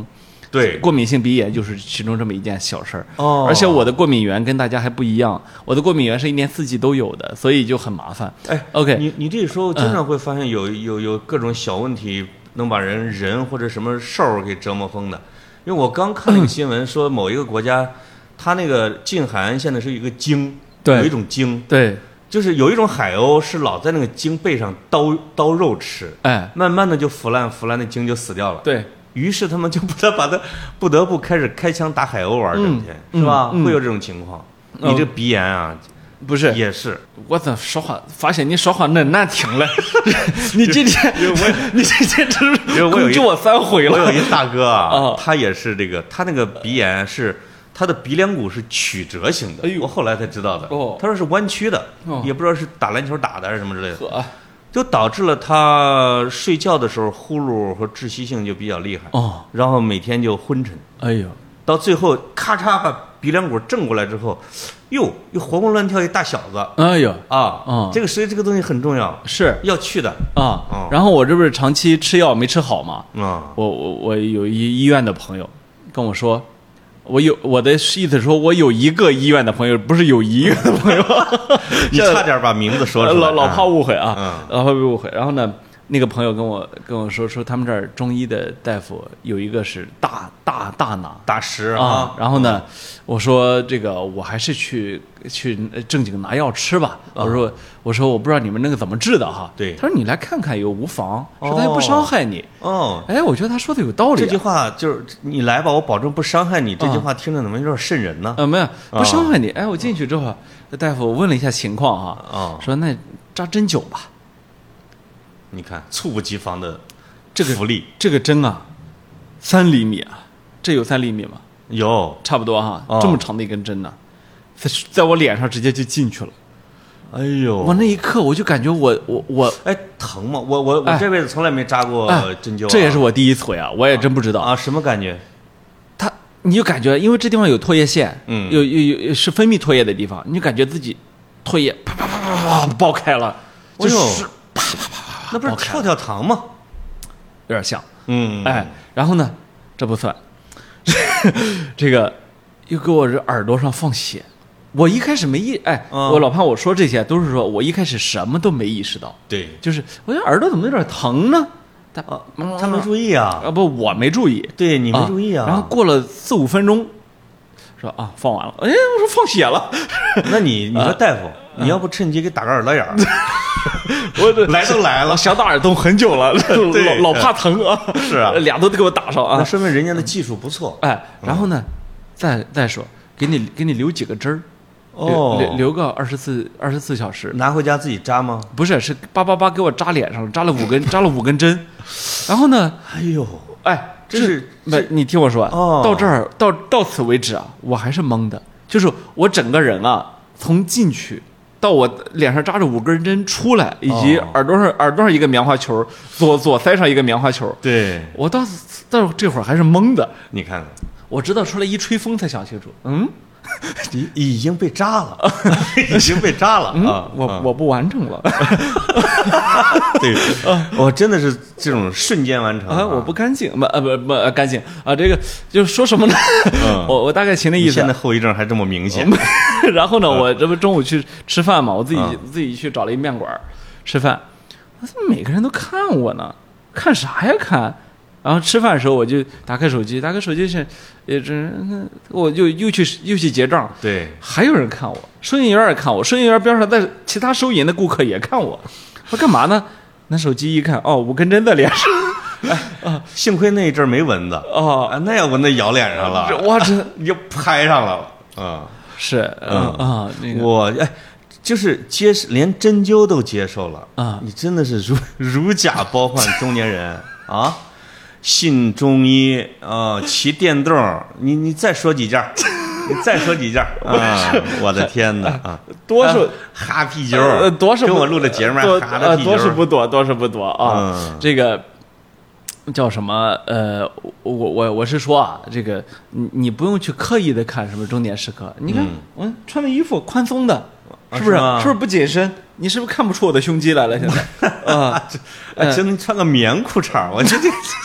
B: 对，
A: 过敏性鼻炎就是其中这么一件小事儿。
B: 哦，
A: 而且我的过敏源跟大家还不一样，我的过敏源是一年四季都有的，所以就很麻烦。
B: 哎
A: ，OK，
B: 你你这时候经常会发现有、嗯、有有各种小问题能把人人或者什么兽儿给折磨疯的。因为我刚看了一个新闻，说某一个国家，它那个禁海岸线的是一个鲸，有一种鲸，
A: 对。
B: 就是有一种海鸥是老在那个鲸背上刀刀肉吃，
A: 哎，
B: 慢慢的就腐烂腐烂，那鲸就死掉了。
A: 对
B: 于是他们就不得把它不得不开始开枪打海鸥玩，整天、嗯、是吧、嗯？会有这种情况。嗯、你这鼻炎啊，
A: 不是
B: 也是。
A: 我咋说话发现你说话那难听了？你今天我你今天真是攻击我三回了。
B: 我有一大哥啊，哦、他也是这个，他那个鼻炎是。他的鼻梁骨是曲折型的，哎、我后来才知道的。哦、他说是弯曲的、哦，也不知道是打篮球打的还是什么之类的，就导致了他睡觉的时候呼噜和窒息性就比较厉害。哦，然后每天就昏沉。
A: 哎呦，
B: 到最后咔嚓把鼻梁骨正过来之后，哟，又活蹦乱跳一大小子。
A: 哎呦
B: 啊，嗯，这个所以这个东西很重要，
A: 是
B: 要去的
A: 啊、嗯。然后我这不是长期吃药没吃好嘛？
B: 啊、嗯，
A: 我我我有一医院的朋友跟我说。我有我的意思说，我有一个医院的朋友，不是有医院的朋友。
B: 你差点把名字说出来，
A: 老老怕误会啊，
B: 嗯、
A: 老怕被误会。然后呢，那个朋友跟我跟我说说，他们这儿中医的大夫有一个是大大大拿
B: 大师
A: 啊。然后呢，我说这个我还是去去正经拿药吃吧。我说我说我不知道你们那个怎么治的哈。
B: 对。
A: 他说你来看看又无妨，说他又不伤害你。
B: 哦。
A: 哎，我觉得他说的有道理、啊。
B: 这句话就是你来吧，我保证不伤害你。这句话听着怎么有点瘆人呢？
A: 啊，没有不伤害你。哎，我进去之后，大夫问了一下情况哈，
B: 哦、
A: 说那扎针灸吧。
B: 你看，猝不及防的这个福利，
A: 这个针啊，三厘米啊，这有三厘米吗？
B: 有，
A: 差不多哈，
B: 哦、
A: 这么长的一根针呢、啊，在在我脸上直接就进去了。
B: 哎呦！
A: 我那一刻我就感觉我我我
B: 哎疼吗？我我我这辈子从来没扎过针灸、啊
A: 哎哎，这也是我第一回啊，我也真不知道
B: 啊，什么感觉？
A: 他你就感觉，因为这地方有唾液腺，
B: 嗯，
A: 有有有是分泌唾液的地方，你就感觉自己唾液啪啪啪啪啪爆开了，就是啪啪啪啪。
B: 那不是跳跳糖吗？
A: 有点像，
B: 嗯，
A: 哎，然后呢，这不算，这个又给我这耳朵上放血，我一开始没意，哎，
B: 嗯、
A: 我老潘我说这些都是说我一开始什么都没意识到，
B: 对，
A: 就是我觉得耳朵怎么有点疼呢？他、
B: 啊、他没注意啊，
A: 啊不，我没注意，
B: 对你没注意啊，
A: 啊然后过了四五分钟，说啊放完了，哎，我说放血了，
B: 那你你说大夫，啊、你要不趁机给打个耳朵眼儿？
A: 我这
B: 来都来了，
A: 想打耳洞很久了，老老怕疼啊！
B: 是啊，
A: 俩都得给我打上啊！
B: 那说明人家的技术不错。
A: 哎，然后呢，嗯、再再说，给你给你留几个针儿，
B: 哦，
A: 留留个二十四二十四小时，
B: 拿回家自己扎吗？
A: 不是，是叭叭叭给我扎脸上了，扎了五根，扎了五根针。然后呢，
B: 哎呦，
A: 哎，
B: 这是
A: 不？你听我说，
B: 哦，
A: 到这儿到到此为止啊，我还是懵的，就是我整个人啊，从进去。到我脸上扎着五根针出来，以及耳朵上、哦、耳朵上一个棉花球，左左腮上一个棉花球。
B: 对，
A: 我到到这会儿还是懵的。
B: 你看看，
A: 我知道出来一吹风才想清楚，嗯，
B: 已已经被扎了，已经被扎了、
A: 嗯、
B: 啊！
A: 我、嗯、我不完成了。
B: 对，我真的是这种瞬间完成
A: 啊！我不干净，不呃不不呃干净啊！这个就是说什么呢？
B: 嗯、
A: 我我大概情的意思。
B: 现在后遗症还这么明显。
A: 然后呢，我这不中午去吃饭嘛，我自己、嗯、自己去找了一面馆吃饭，每个人都看我呢，看啥呀看？然后吃饭的时候我就打开手机，打开手机是，也这我就又去又去结账，
B: 对，
A: 还有人看我，收银员也看我，收银员边上在其他收银的顾客也看我，说干嘛呢？拿手机一看，哦，五根针在脸上。
B: 哎啊，幸亏那一阵没蚊子
A: 哦、
B: 啊，那要蚊子咬脸上了，
A: 哇，这
B: 你就拍上了啊。
A: 是，嗯啊，那个
B: 我哎，就是接连针灸都接受了
A: 啊！
B: 你真的是如如假包换中年人啊！信中医啊，骑电动，你你再说几件，你再说几件啊！我的天哪啊！
A: 多数
B: 哈啤酒，
A: 呃，多是
B: 跟我录的节目哈的啤酒，
A: 多是不多，多是不多啊！
B: 嗯、
A: 这个。叫什么？呃，我我我是说啊，这个你你不用去刻意的看什么中年时刻。你看，嗯，嗯穿的衣服宽松的，是不是？
B: 啊、
A: 是不是不紧身？你是不是看不出我的胸肌来了？现在啊，
B: 哎，真能穿个棉裤衩，我觉得这个太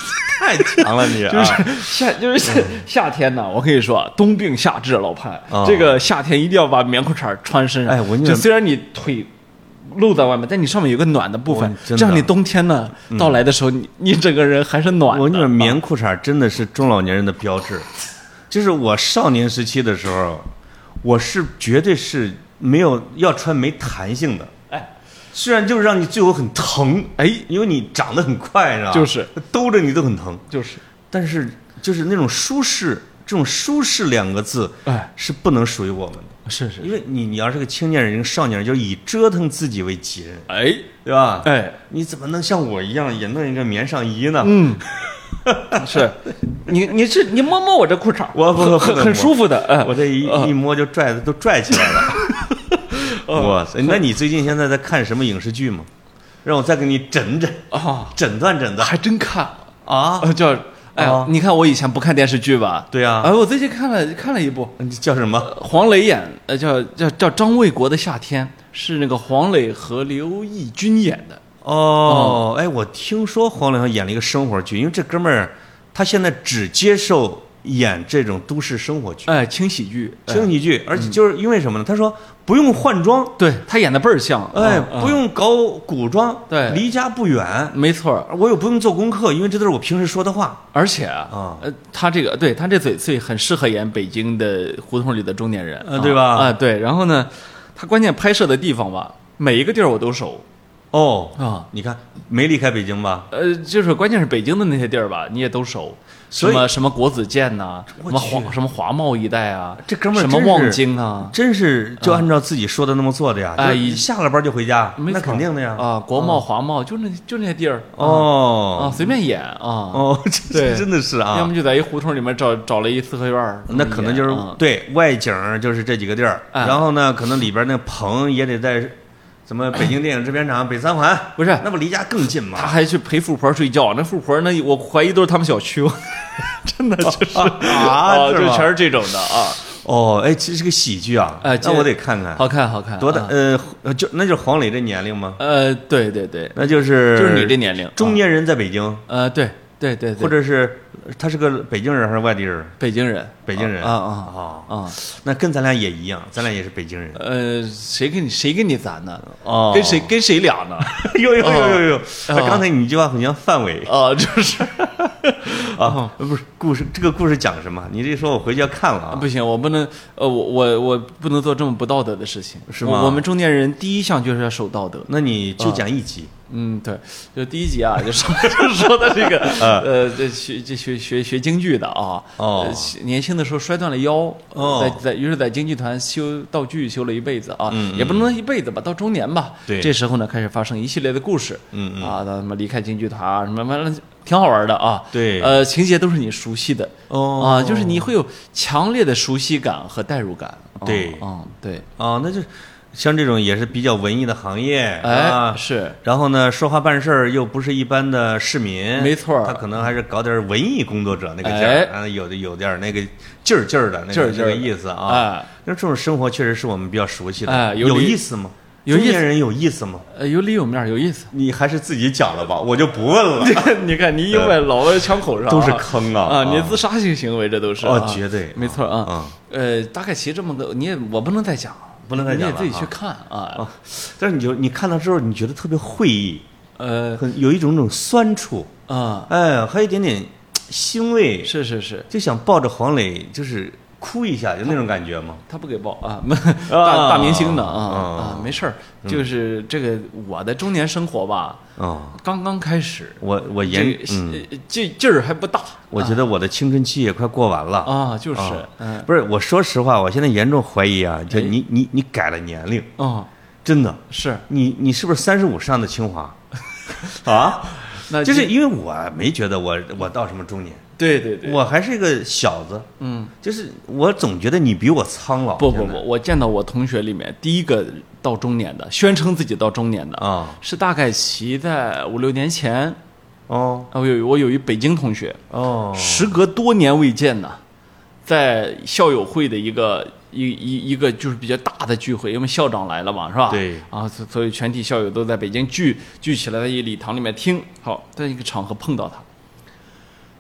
B: 太强了你，
A: 就是夏就是夏天呢，我跟你说，冬病夏治，老潘，这个夏天一定要把棉裤衩穿身上。
B: 哎，我
A: 就虽然你腿露在外面，但你上面有个暖的部分，这样你冬天呢到来的时候，你你整个人还是暖的。
B: 我跟你说，棉裤衩真的是中老年人的标志。就是我少年时期的时候，我是绝对是没有要穿没弹性的。
A: 哎，
B: 虽然就是让你最后很疼，哎，因为你长得很快，是吧？
A: 就是
B: 兜着你都很疼，
A: 就是。
B: 但是就是那种舒适，这种舒适两个字，
A: 哎，
B: 是不能属于我们的。
A: 是是，
B: 因为你你要是个青年人、一个少年人，就以折腾自己为己任，
A: 哎，
B: 对吧？
A: 哎，
B: 你怎么能像我一样也弄一个棉上衣呢？
A: 嗯，是，你你这你摸摸我这裤衩，
B: 我不
A: 很很舒服的，哎，
B: 我这一、呃、一摸就拽的都拽起来了。哇塞！那你最近现在在看什么影视剧吗？让我再给你诊诊
A: 啊，
B: 诊断诊断。
A: 还真看
B: 啊，
A: 叫。哎，
B: 啊、
A: 你看我以前不看电视剧吧？
B: 对呀、啊。
A: 哎，我最近看了看了一部，
B: 叫什么？
A: 黄磊演，呃，叫叫叫张卫国的夏天，是那个黄磊和刘奕君演的。
B: 哦，哎，我听说黄磊演了一个生活剧，因为这哥们儿他现在只接受演这种都市生活剧，
A: 哎，轻喜剧，
B: 轻喜剧，而且就是因为什么呢？他说不用换装，
A: 对他演的倍儿像，
B: 哎，不用搞古装，
A: 对，
B: 离家不远，
A: 没错，
B: 我又不用做功课，因为这都是我平时说的话，
A: 而且啊，呃，他这个对他这嘴嘴很适合演北京的胡同里的中年人，
B: 呃，对吧？
A: 啊，对，然后呢，他关键拍摄的地方吧，每一个地儿我都熟。
B: 哦
A: 啊，
B: 你看没离开北京吧？
A: 呃，就是关键是北京的那些地儿吧，你也都熟，什么什么国子监呐、啊，什么华什么华贸一带啊，
B: 这哥们儿
A: 什么望京啊，
B: 真是就按照自己说的那么做的呀。
A: 哎、啊，
B: 一下了班就回家，那肯定的呀。
A: 啊，国贸、华贸就那就那些地儿。
B: 哦
A: 啊，随便演啊。
B: 哦，这真的是啊。
A: 要么就在一胡同里面找找了一四合院，
B: 那可能就是对外景就是这几个地儿，然后呢，可能里边那棚也得在。什么北京电影制片厂北三环
A: 不是，
B: 那不离家更近吗？
A: 他还去陪富婆睡觉，那富婆那我怀疑都是他们小区，真的就是
B: 啊，
A: 就全是这种的啊。
B: 哦，哎，这是个喜剧啊，
A: 哎，
B: 那我得看看，
A: 好看好看。
B: 多大？呃，就那就是黄磊这年龄吗？
A: 呃，对对对，
B: 那就是
A: 就是你这年龄，
B: 中年人在北京。
A: 呃，对对对，
B: 或者是他是个北京人还是外地人？
A: 北京人，
B: 北京人
A: 啊啊啊啊！
B: 那跟咱俩也一样，咱俩也是北京人。
A: 呃，谁跟你谁跟你咱呢？
B: 哦，
A: 跟谁跟谁俩呢？
B: 呦呦呦呦呦！刚才你这句话很像范伟
A: 啊，就是
B: 啊，不是故事，这个故事讲什么？你这说我回去要看了啊！
A: 不行，我不能，呃，我我我不能做这么不道德的事情，
B: 是吗？
A: 我们中年人第一项就是要守道德。
B: 那你就讲一集。
A: 嗯，对，就第一集啊，就说说的这个，呃，这学这学学学京剧的啊，
B: 哦，
A: 年轻的时候摔断了腰，
B: 哦，
A: 在在于是在京剧团修道具修了一辈子啊，
B: 嗯，
A: 也不能说一辈子吧，到中年吧，
B: 对，
A: 这时候呢开始发生一系列的故事，
B: 嗯嗯，
A: 啊，他什么离开京剧团啊，什么完了，挺好玩的啊，
B: 对，
A: 呃，情节都是你熟悉的，
B: 哦，
A: 啊，就是你会有强烈的熟悉感和代入感，
B: 对，
A: 嗯，对，
B: 哦，那就。像这种也是比较文艺的行业，
A: 哎，
B: 啊，
A: 是。
B: 然后呢，说话办事儿又不是一般的市民，
A: 没错，
B: 他可能还是搞点文艺工作者那个劲儿，
A: 哎，
B: 有的有点那个劲儿劲儿的那个这个意思啊。
A: 哎，
B: 那这种生活确实是我们比较熟悉的，
A: 哎，
B: 有意思吗？
A: 有
B: 中年人有意思吗？
A: 呃，有里有面，有意思。
B: 你还是自己讲了吧，我就不问了。
A: 你看，你一问，老在枪口上，
B: 都是坑啊！
A: 啊，你自杀性行为，这都是
B: 哦，绝对
A: 没错啊。呃，大概其实这么个，你也我不能再讲。
B: 不能再讲了，
A: 你也自己去看啊！
B: 啊但是你就你看到之后，你觉得特别会意，
A: 呃，
B: 很有一种那种酸楚
A: 啊，
B: 哎，还有一点点欣慰，
A: 是是是，
B: 就想抱着黄磊就是哭一下，就那种感觉吗？
A: 他不给抱啊，大大明星的啊
B: 啊，
A: 没事儿，就是这个我的中年生活吧，
B: 啊，
A: 刚刚开始，
B: 我我研
A: 劲劲儿还不大，
B: 我觉得我的青春期也快过完了
A: 啊，就是，
B: 嗯，不是，我说实话，我现在严重怀疑啊，就你你你改了年龄
A: 啊，
B: 真的
A: 是
B: 你你是不是三十五上的清华啊？
A: 那
B: 就是因为我没觉得我我到什么中年。
A: 对对对，
B: 我还是一个小子，
A: 嗯，
B: 就是我总觉得你比我苍老。
A: 不不不，我见到我同学里面第一个到中年的，宣称自己到中年的
B: 啊，
A: 是大概其在五六年前。
B: 哦，
A: 我有我有一北京同学，
B: 哦，
A: 时隔多年未见呢，在校友会的一个一一一个就是比较大的聚会，因为校长来了嘛，是吧？
B: 对，
A: 啊，所以全体校友都在北京聚聚起来，在一礼堂里面听。好，在一个场合碰到他。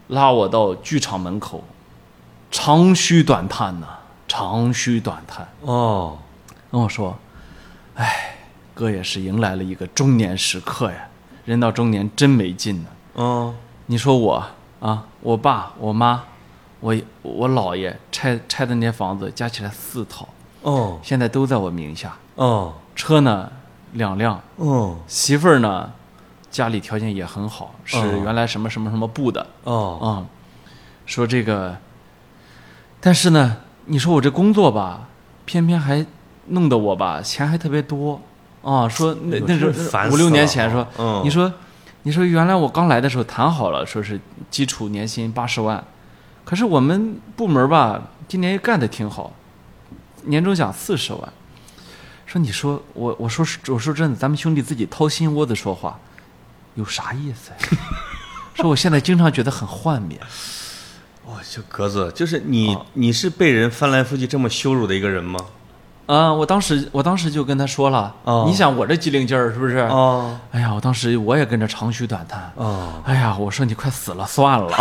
A: 拉我到剧场门口，长吁短叹呐、啊，长吁短叹。
B: 哦，
A: 跟我说，哎，哥也是迎来了一个中年时刻呀，人到中年真没劲呢。
B: 哦，
A: 你说我啊，我爸、我妈、我我姥爷拆拆的那些房子加起来四套，
B: 哦，
A: 现在都在我名下。
B: 哦，
A: 车呢两辆。
B: 哦，
A: 媳妇儿呢，家里条件也很好，是原来什么什么什么部的。
B: 哦，
A: 啊、嗯，说这个，但是呢，你说我这工作吧，偏偏还弄得我吧，钱还特别多啊。说那那时候五六年前说，
B: 嗯、
A: 你说。你说原来我刚来的时候谈好了，说是基础年薪八十万，可是我们部门吧，今年也干得挺好，年终奖四十万。说你说我我说我说真的，咱们兄弟自己掏心窝子说话，有啥意思呀？说我现在经常觉得很幻灭。
B: 哇、哦，就格子，就是你、哦、你是被人翻来覆去这么羞辱的一个人吗？
A: 啊、呃，我当时我当时就跟他说了，哦、你想我这机灵劲儿是不是？
B: 哦，
A: 哎呀，我当时我也跟着长吁短叹。
B: 哦，
A: 哎呀，我说你快死了算了。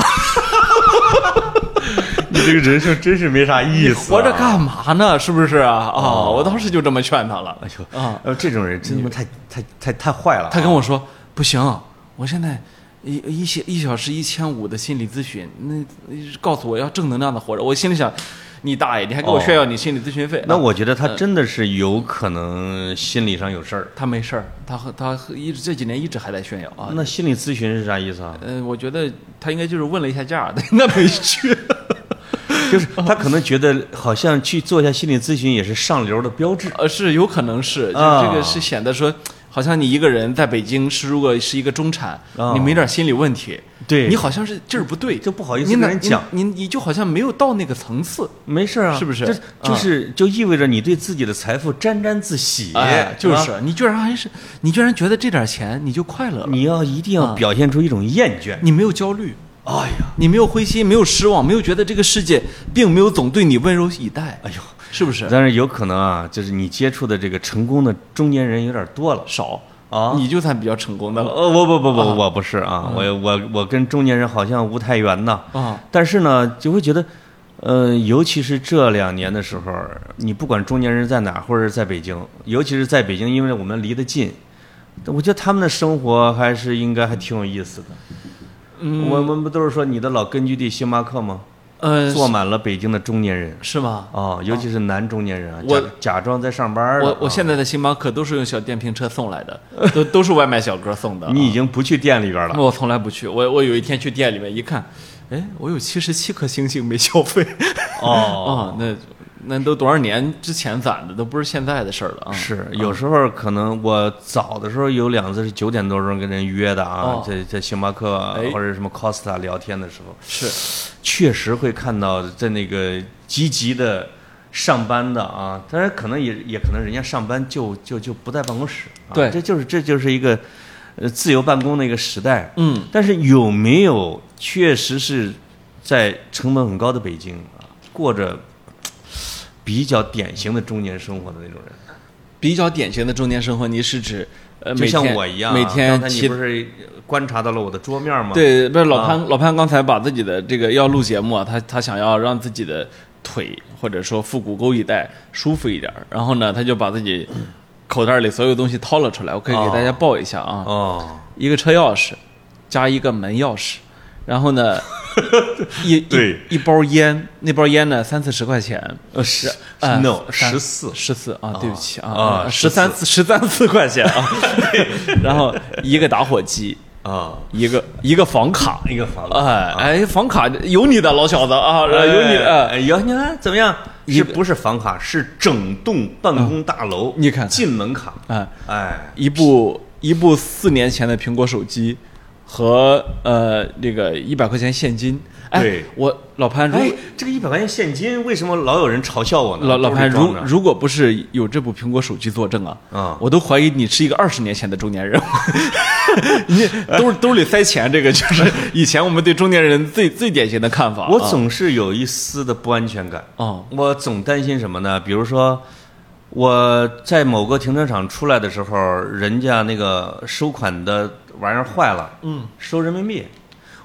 B: 你这个人生真是没啥意思、啊，
A: 活着干嘛呢？是不是啊？啊、哦，我当时就这么劝他了。
B: 哎呦啊，呃，这种人真他妈太太太太坏了、啊。
A: 他跟我说不行，我现在一一小一小时一千五的心理咨询，那告诉我要正能量的活着。我心里想。你大爷！你还给我炫耀你心理咨询费、哦？
B: 那我觉得他真的是有可能心理上有事儿。
A: 他没事儿，他他一直这几年一直还在炫耀啊。
B: 那心理咨询是啥意思啊？
A: 呃，我觉得他应该就是问了一下价，那没去。
B: 就是他可能觉得好像去做一下心理咨询也是上流的标志。
A: 呃，是有可能是，就这个是显得说，好像你一个人在北京是如果是一个中产，哦、你没点心理问题。
B: 对，
A: 你好像是劲儿不对，
B: 就不好意思跟人讲，
A: 你你你就好像没有到那个层次，
B: 没事啊，
A: 是不是？
B: 就就是就意味着你对自己的财富沾沾自喜，
A: 哎、就是你居然还是你居然觉得这点钱你就快乐了，
B: 你要一定要表现出一种厌倦，
A: 你没有焦虑，
B: 哎呀，
A: 你没有灰心，没有失望，没有觉得这个世界并没有总对你温柔以待，
B: 哎呦，
A: 是不是？
B: 但是有可能啊，就是你接触的这个成功的中年人有点多了，
A: 少。
B: 啊，
A: 你就算比较成功的了。
B: 呃，我不不不，我不是啊，我我我跟中年人好像无太远呐。
A: 啊，
B: 但是呢，就会觉得，呃，尤其是这两年的时候，你不管中年人在哪，或者是在北京，尤其是在北京，因为我们离得近，我觉得他们的生活还是应该还挺有意思的。
A: 嗯，
B: 我们不都是说你的老根据地星巴克吗？
A: 呃，
B: 坐满了北京的中年人，
A: 是吗？
B: 哦，尤其是男中年人啊，
A: 我
B: 假装在上班。
A: 我我现在的星巴克都是用小电瓶车送来的，都都是外卖小哥送的。
B: 你已经不去店里边了？
A: 我从来不去。我我有一天去店里面一看，哎，我有七十七颗星星没消费。
B: 哦，
A: 啊，那那都多少年之前攒的，都不是现在的事儿了啊。
B: 是，有时候可能我早的时候有两次是九点多钟跟人约的啊，
A: 哦、
B: 在在星巴克或者什么 Costa 聊天的时候，
A: 是
B: 确实会看到在那个积极的上班的啊，当然可能也也可能人家上班就就就不在办公室、啊，
A: 对，
B: 这就是这就是一个呃自由办公的一个时代。
A: 嗯，
B: 但是有没有确实是在成本很高的北京啊，过着比较典型的中年生活的那种人？
A: 比较典型的中年生活，你是指呃，
B: 就像我一样，
A: 每天
B: 刚才你不是观察到了我的桌面吗？
A: 对，不是老潘，啊、老潘刚才把自己的这个要录节目啊，他他想要让自己的腿或者说腹股沟一带舒服一点，然后呢，他就把自己口袋里所有东西掏了出来，我可以给大家报一下啊。
B: 哦，
A: 一个车钥匙，加一个门钥匙，然后呢，一
B: 对
A: 一一包烟，那包烟呢三四十块钱，
B: 呃是
A: 呃
B: no 十四
A: 十四啊，对不起啊
B: 啊
A: 十三四十三四块钱啊，然后一个打火机。
B: 啊，
A: 一个一个房卡，
B: 一个房
A: 卡，哎哎，房卡有你的老小子啊，有你的，
B: 哎，有你看怎么样？是不是房卡？是整栋办公大楼，
A: 你看
B: 进门卡，
A: 哎
B: 哎，
A: 一部一部四年前的苹果手机和呃那个一百块钱现金。哎，我老潘，
B: 哎，这个一百块钱现金为什么老有人嘲笑我呢？
A: 老老潘，如如果不是有这部苹果手机作证啊，
B: 啊，
A: 我都怀疑你是一个二十年前的中年人。你兜兜里塞钱，这个就是以前我们对中年人最最典型的看法。
B: 我总是有一丝的不安全感。
A: 哦，
B: 我总担心什么呢？比如说我在某个停车场出来的时候，人家那个收款的玩意儿坏了，
A: 嗯，
B: 收人民币。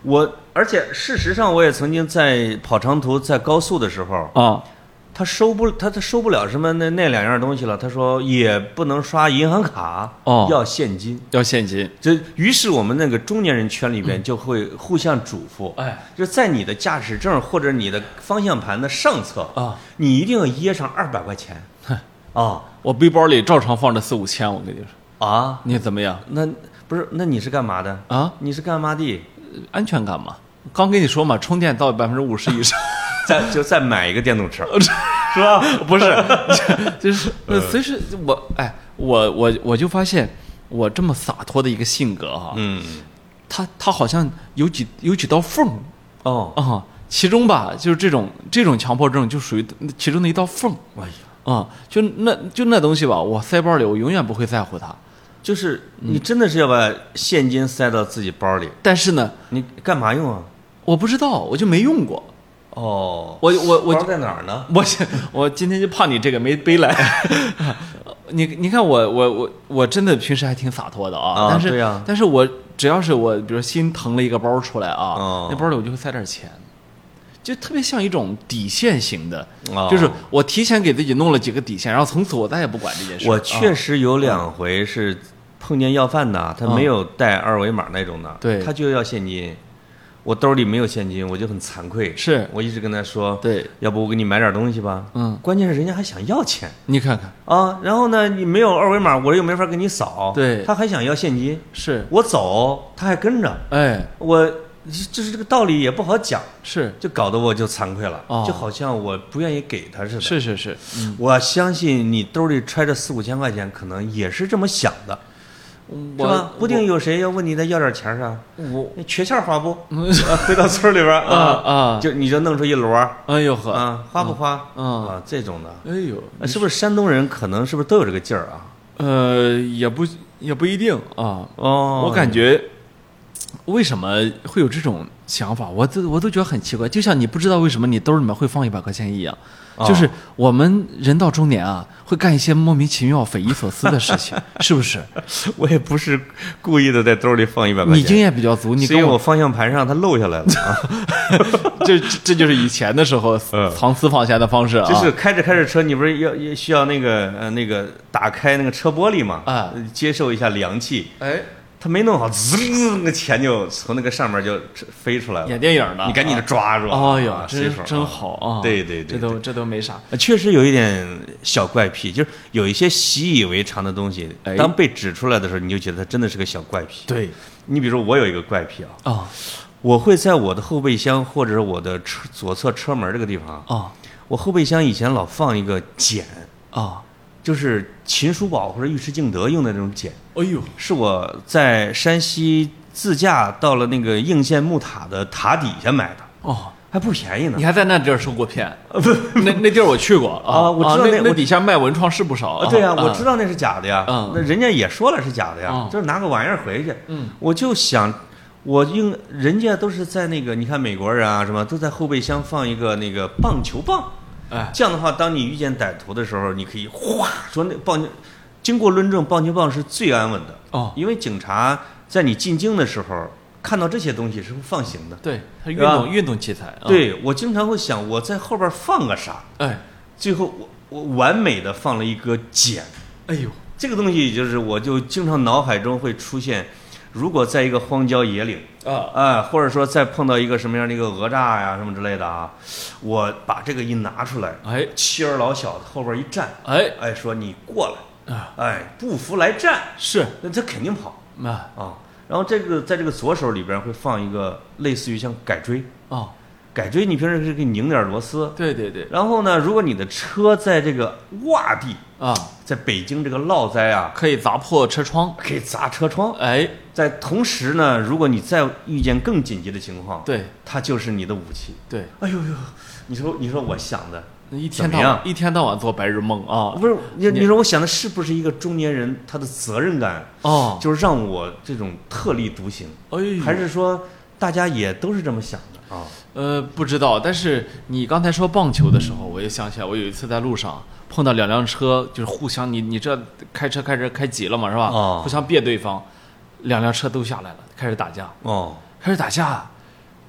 B: 我而且事实上我也曾经在跑长途在高速的时候
A: 啊。
B: 他收不他他收不了什么那那两样东西了，他说也不能刷银行卡，
A: 哦，
B: 要现金，
A: 要现金。
B: 这于是我们那个中年人圈里边就会互相嘱咐，
A: 哎，
B: 就是在你的驾驶证或者你的方向盘的上侧
A: 啊，
B: 你一定要掖上二百块钱。啊，
A: 我背包里照常放着四五千，我跟你说。
B: 啊，
A: 你怎么样？
B: 那不是那你是干嘛的
A: 啊？
B: 你是干嘛的？
A: 安全感嘛。刚跟你说嘛，充电到百分之五十以上。
B: 再就再买一个电动车，是吧？
A: 不是，就是随时我哎，我我我就发现我这么洒脱的一个性格哈，
B: 嗯，
A: 他他好像有几有几道缝
B: 哦
A: 啊，其中吧就是这种这种强迫症就属于其中的一道缝，
B: 哎呀
A: 啊，就那就那东西吧，我塞包里我永远不会在乎它，
B: 就是你真的是要把现金塞到自己包里，
A: 但是呢，
B: 你干嘛用啊？
A: 我不知道，我就没用过。
B: 哦，
A: 我我我
B: 包在哪儿呢？
A: 我我今天就怕你这个没背来。你你看我我我我真的平时还挺洒脱的啊，
B: 啊
A: 但是、
B: 对啊、
A: 但是我只要是我比如心疼了一个包出来啊，
B: 哦、
A: 那包里我就会塞点钱，就特别像一种底线型的，
B: 哦、
A: 就是我提前给自己弄了几个底线，然后从此我再也不管这件事。
B: 我确实有两回是碰见要饭的，他没有带二维码那种的，
A: 对、
B: 他就要现金。我兜里没有现金，我就很惭愧。
A: 是
B: 我一直跟他说，
A: 对，
B: 要不我给你买点东西吧。
A: 嗯，
B: 关键是人家还想要钱，
A: 你看看
B: 啊。然后呢，你没有二维码，我又没法给你扫。
A: 对，
B: 他还想要现金，
A: 是
B: 我走，他还跟着。
A: 哎，
B: 我就是这个道理也不好讲，
A: 是
B: 就搞得我就惭愧了，
A: 哦、
B: 就好像我不愿意给他似的。
A: 是是是，
B: 嗯、我相信你兜里揣着四五千块钱，可能也是这么想的。是吧？不定有谁要问你再要点钱啊？
A: 我
B: 你缺钱花不？回到村里边
A: 啊啊，
B: 就你就弄出一摞，
A: 哎呦呵，
B: 啊，花不花？
A: 嗯
B: 啊，这种的，
A: 哎呦，
B: 是不是山东人可能是不是都有这个劲儿啊？
A: 呃，也不也不一定啊。
B: 哦，
A: 我感觉为什么会有这种想法，我都我都觉得很奇怪。就像你不知道为什么你兜里面会放一百块钱一样。就是我们人到中年啊，会干一些莫名其妙、匪夷所思的事情，是不是？
B: 我也不是故意的，在兜里放一百块钱。
A: 你经验比较足，你跟
B: 我方向盘上它漏下来了啊！
A: 这这就是以前的时候藏私房钱的方式啊。
B: 就是开着开着车，你不是要需要那个呃那个打开那个车玻璃嘛？
A: 啊，
B: 接受一下凉气。
A: 哎。
B: 他没弄好，滋，那个钱就从那个上面就飞出来了。
A: 演电影的，
B: 你赶紧的抓住。
A: 哎呀，真真好啊！
B: 对对对，
A: 这都这都没啥。
B: 确实有一点小怪癖，就是有一些习以为常的东西，当被指出来的时候，你就觉得它真的是个小怪癖。
A: 对，
B: 你比如说我有一个怪癖啊，
A: 啊，
B: 我会在我的后备箱或者是我的车左侧车门这个地方
A: 啊，
B: 我后备箱以前老放一个剪
A: 啊。
B: 就是秦叔宝或者尉迟敬德用的那种剪，
A: 哎呦，
B: 是我在山西自驾到了那个应县木塔的塔底下买的，
A: 哦，
B: 还不便宜呢。
A: 你还在那地儿受过骗？那那地儿我去过
B: 啊，我知道
A: 那那底下卖文创是不少。
B: 对呀，我知道那是假的呀，
A: 嗯，
B: 那人家也说了是假的呀，就是拿个玩意儿回去。
A: 嗯，
B: 我就想，我用人家都是在那个，你看美国人啊什么都在后备箱放一个那个棒球棒。
A: 哎，
B: 这样的话，当你遇见歹徒的时候，你可以哗说那棒球，经过论证，棒球棒是最安稳的
A: 哦，
B: 因为警察在你进京的时候看到这些东西是会放行的。
A: 对，它运动运动器材。
B: 对，我经常会想，我在后边放个啥？
A: 哎，
B: 最后我我完美的放了一个剪。
A: 哎呦，
B: 这个东西就是我就经常脑海中会出现。如果在一个荒郊野岭
A: 啊，
B: 哎，或者说再碰到一个什么样的一个讹诈呀什么之类的啊，我把这个一拿出来，
A: 哎，
B: 妻儿老小后边一站，
A: 哎
B: 哎，说你过来
A: 啊，
B: 哎，不服来战，
A: 是，
B: 那他肯定跑
A: 啊
B: 啊。然后这个在这个左手里边会放一个类似于像改锥
A: 啊，
B: 改锥你平时是给拧点螺丝，
A: 对对对。
B: 然后呢，如果你的车在这个洼地
A: 啊，
B: 在北京这个涝灾啊，
A: 可以砸破车窗，
B: 可以砸车窗，
A: 哎。
B: 在同时呢，如果你再遇见更紧急的情况，
A: 对，
B: 它就是你的武器。
A: 对，
B: 哎呦呦，你说你说我想的，
A: 一天到晚一天到晚做白日梦啊！
B: 不是你你说我想的是不是一个中年人他的责任感
A: 哦，
B: 就是让我这种特立独行，
A: 哎，
B: 还是说大家也都是这么想的啊？
A: 呃，不知道。但是你刚才说棒球的时候，我也想起来，我有一次在路上碰到两辆车，就是互相，你你这开车开车开急了嘛，是吧？
B: 哦，
A: 互相别对方。两辆车都下来了，开始打架。
B: 哦，
A: 开始打架，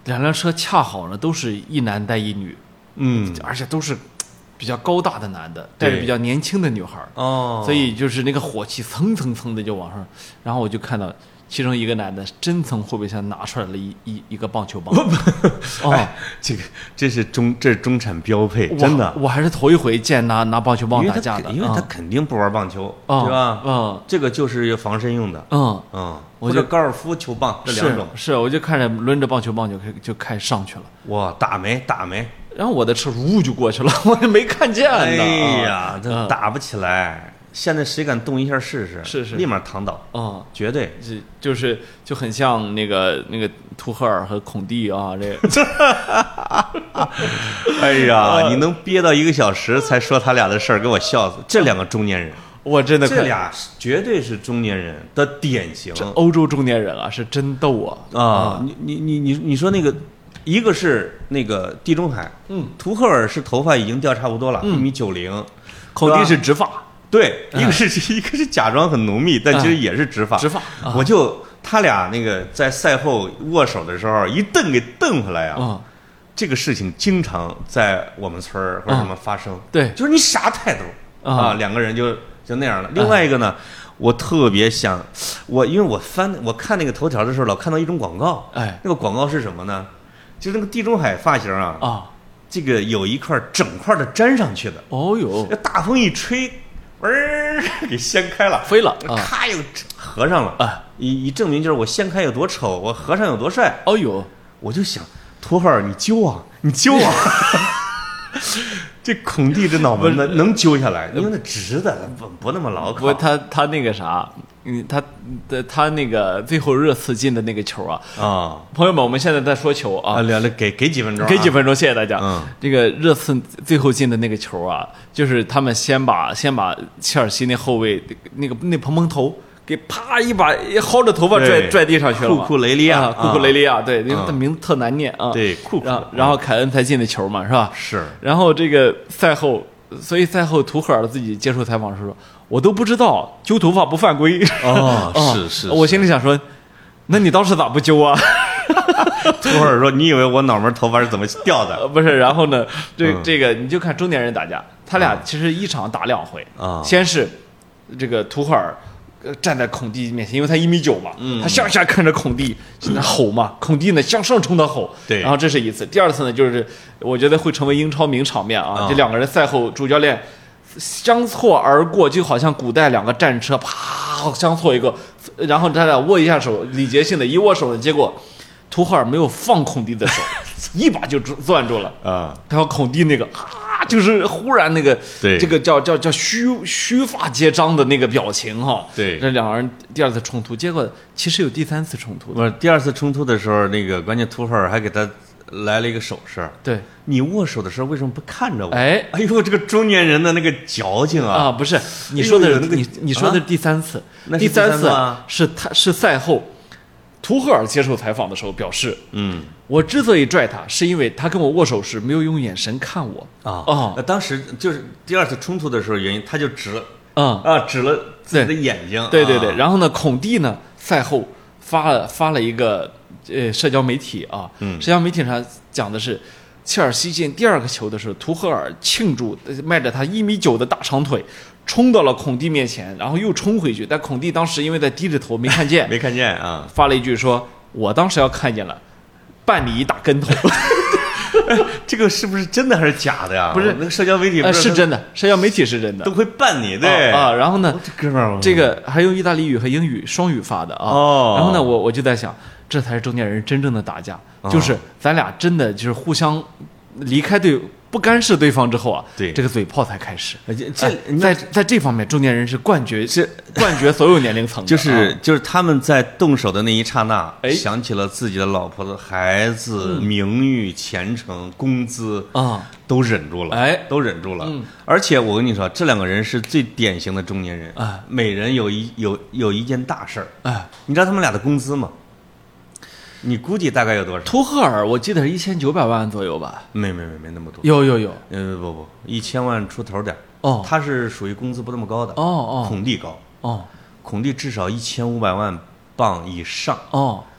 A: 两辆车恰好呢都是一男带一女，
B: 嗯，
A: 而且都是比较高大的男的，带着比较年轻的女孩
B: 哦，
A: 所以就是那个火气蹭蹭蹭的就往上，然后我就看到其中一个男的真从后备箱拿出来了一一一个棒球棒，
B: 哦，哎，这个这是中这是中产标配，真的，
A: 我还是头一回见拿拿棒球棒打架的，
B: 因为他肯定不玩棒球，
A: 嗯、
B: 对吧？
A: 嗯，
B: 这个就是防身用的，
A: 嗯
B: 嗯，
A: 或者
B: 高尔夫球棒这两种，
A: 是，是我就看着抡着棒球棒就开就开始上去了，
B: 哇，打没打没？
A: 然后我的车呜就过去了，我就没看见呢。
B: 哎呀，这打不起来。现在谁敢动一下试试？
A: 是是，
B: 立马躺倒。
A: 嗯，
B: 绝对
A: 是就是就很像那个那个图赫尔和孔蒂啊，这个。
B: 哎呀，你能憋到一个小时才说他俩的事儿，给我笑死！这两个中年人，
A: 我真的
B: 这俩绝对是中年人的典型。
A: 这欧洲中年人啊，是真逗啊！
B: 啊，你你你你你说那个。一个是那个地中海，
A: 嗯，
B: 图赫尔是头发已经掉差不多了，一米九零，
A: 孔蒂是直发，
B: 对，一个是一个是假装很浓密，但其实也是直发，
A: 直发。
B: 我就他俩那个在赛后握手的时候，一蹬给蹬回来啊，这个事情经常在我们村儿或者什么发生，
A: 对，
B: 就是你啥态度啊，两个人就就那样了。另外一个呢，我特别想，我因为我翻我看那个头条的时候，老看到一种广告，
A: 哎，
B: 那个广告是什么呢？就是那个地中海发型啊，
A: 啊，
B: 这个有一块整块的粘上去的。
A: 哦哟，
B: 这大风一吹，嘣儿给掀开了，
A: 飞了，
B: 咔又合上了
A: 啊！
B: 以以证明就是我掀开有多丑，我合上有多帅。
A: 哦哟，
B: 我就想，图赫尔你揪啊，你揪啊！这孔蒂这脑门子能揪下来，因为那直的不不那么牢靠。
A: 不，他他那个啥。嗯，他的他那个最后热刺进的那个球啊
B: 啊，
A: 朋友们，我们现在在说球啊，
B: 聊了给给几分钟，
A: 给几分钟，谢谢大家。
B: 嗯，
A: 这个热刺最后进的那个球啊，就是他们先把先把切尔西那后卫那个那蓬蓬头给啪一把薅着头发拽拽地上去了，
B: 库库雷利亚，
A: 库库雷利亚，对，因为他名字特难念啊，
B: 对，库库，
A: 然后然后凯恩才进的球嘛，是吧？
B: 是，
A: 然后这个赛后。所以赛后图赫尔自己接受采访时说：“我都不知道揪头发不犯规。”
B: 哦，是是，
A: 我心里想说：“那你当时咋不揪啊？”
B: 图赫尔说：“你以为我脑门头发是怎么掉的？”
A: 不是，然后呢，这这个你就看中年人打架，他俩其实一场打两回
B: 啊。
A: 先是这个图赫尔站在孔蒂面前，因为他一米九嘛，
B: 嗯，
A: 他向下看着孔蒂吼嘛，孔蒂呢向上冲的吼，
B: 对，
A: 然后这是一次，第二次呢就是我觉得会成为英超名场面啊，这两个人赛后主教练相错而过，就好像古代两个战车啪相错一个，然后他俩握一下手，礼节性的一握手呢，结果图赫尔没有放孔蒂的手，一把就攥住了
B: 啊，
A: 然后孔蒂那个。就是忽然那个，
B: 对，
A: 这个叫叫叫须须发皆张的那个表情哈，
B: 对，
A: 这两个人第二次冲突，结果其实有第三次冲突。
B: 不是第二次冲突的时候，那个关键图赫尔还给他来了一个手势。
A: 对，
B: 你握手的时候为什么不看着我？
A: 哎，
B: 哎呦，这个中年人的那个矫情啊！
A: 啊，不是，你说的是
B: 那个
A: 你你说的是第三次，
B: 第
A: 三次
B: 是
A: 他是赛后。图赫尔接受采访的时候表示：“
B: 嗯，
A: 我之所以拽他，是因为他跟我握手时没有用眼神看我
B: 啊。
A: 哦，
B: 那当时就是第二次冲突的时候，原因他就指了，
A: 啊
B: 啊，指了自己的眼睛。
A: 对对对。然后呢，孔蒂呢赛后发了发了一个呃社交媒体啊，
B: 嗯，
A: 社交媒体上讲的是，切尔西进第二个球的时候，图赫尔庆祝，迈着他一米九的大长腿。”冲到了孔蒂面前，然后又冲回去，但孔蒂当时因为在低着头没看见，
B: 没看见啊，
A: 发了一句说：“我当时要看见了，绊你一大跟头。”
B: 这个是不是真的还是假的呀？
A: 不是，
B: 那个社交媒体
A: 呃是真的，社交媒体是真的，
B: 都会绊你，对
A: 啊。然后呢，
B: 这哥们儿，
A: 这个还用意大利语和英语双语发的啊。
B: 哦，
A: 然后呢，我我就在想，这才是中年人真正的打架，就是咱俩真的就是互相离开对。不干涉对方之后啊，
B: 对
A: 这个嘴炮才开始。
B: 这
A: 在在这方面，中年人是冠绝，是冠绝所有年龄层的。
B: 就是就是他们在动手的那一刹那，想起了自己的老婆的孩子、名誉、前程、工资
A: 啊，
B: 都忍住了，
A: 哎，
B: 都忍住了。而且我跟你说，这两个人是最典型的中年人
A: 啊，
B: 每人有一有有一件大事儿。
A: 哎，
B: 你知道他们俩的工资吗？你估计大概有多少？
A: 图赫尔我记得是一千九百万左右吧？
B: 没没没没那么多。
A: 有有有，
B: 呃不不，一千万出头点。
A: 哦，
B: 他是属于工资不那么高的。
A: 哦哦，
B: 孔蒂高。
A: 哦，
B: 孔蒂至少一千五百万镑以上。
A: 哦，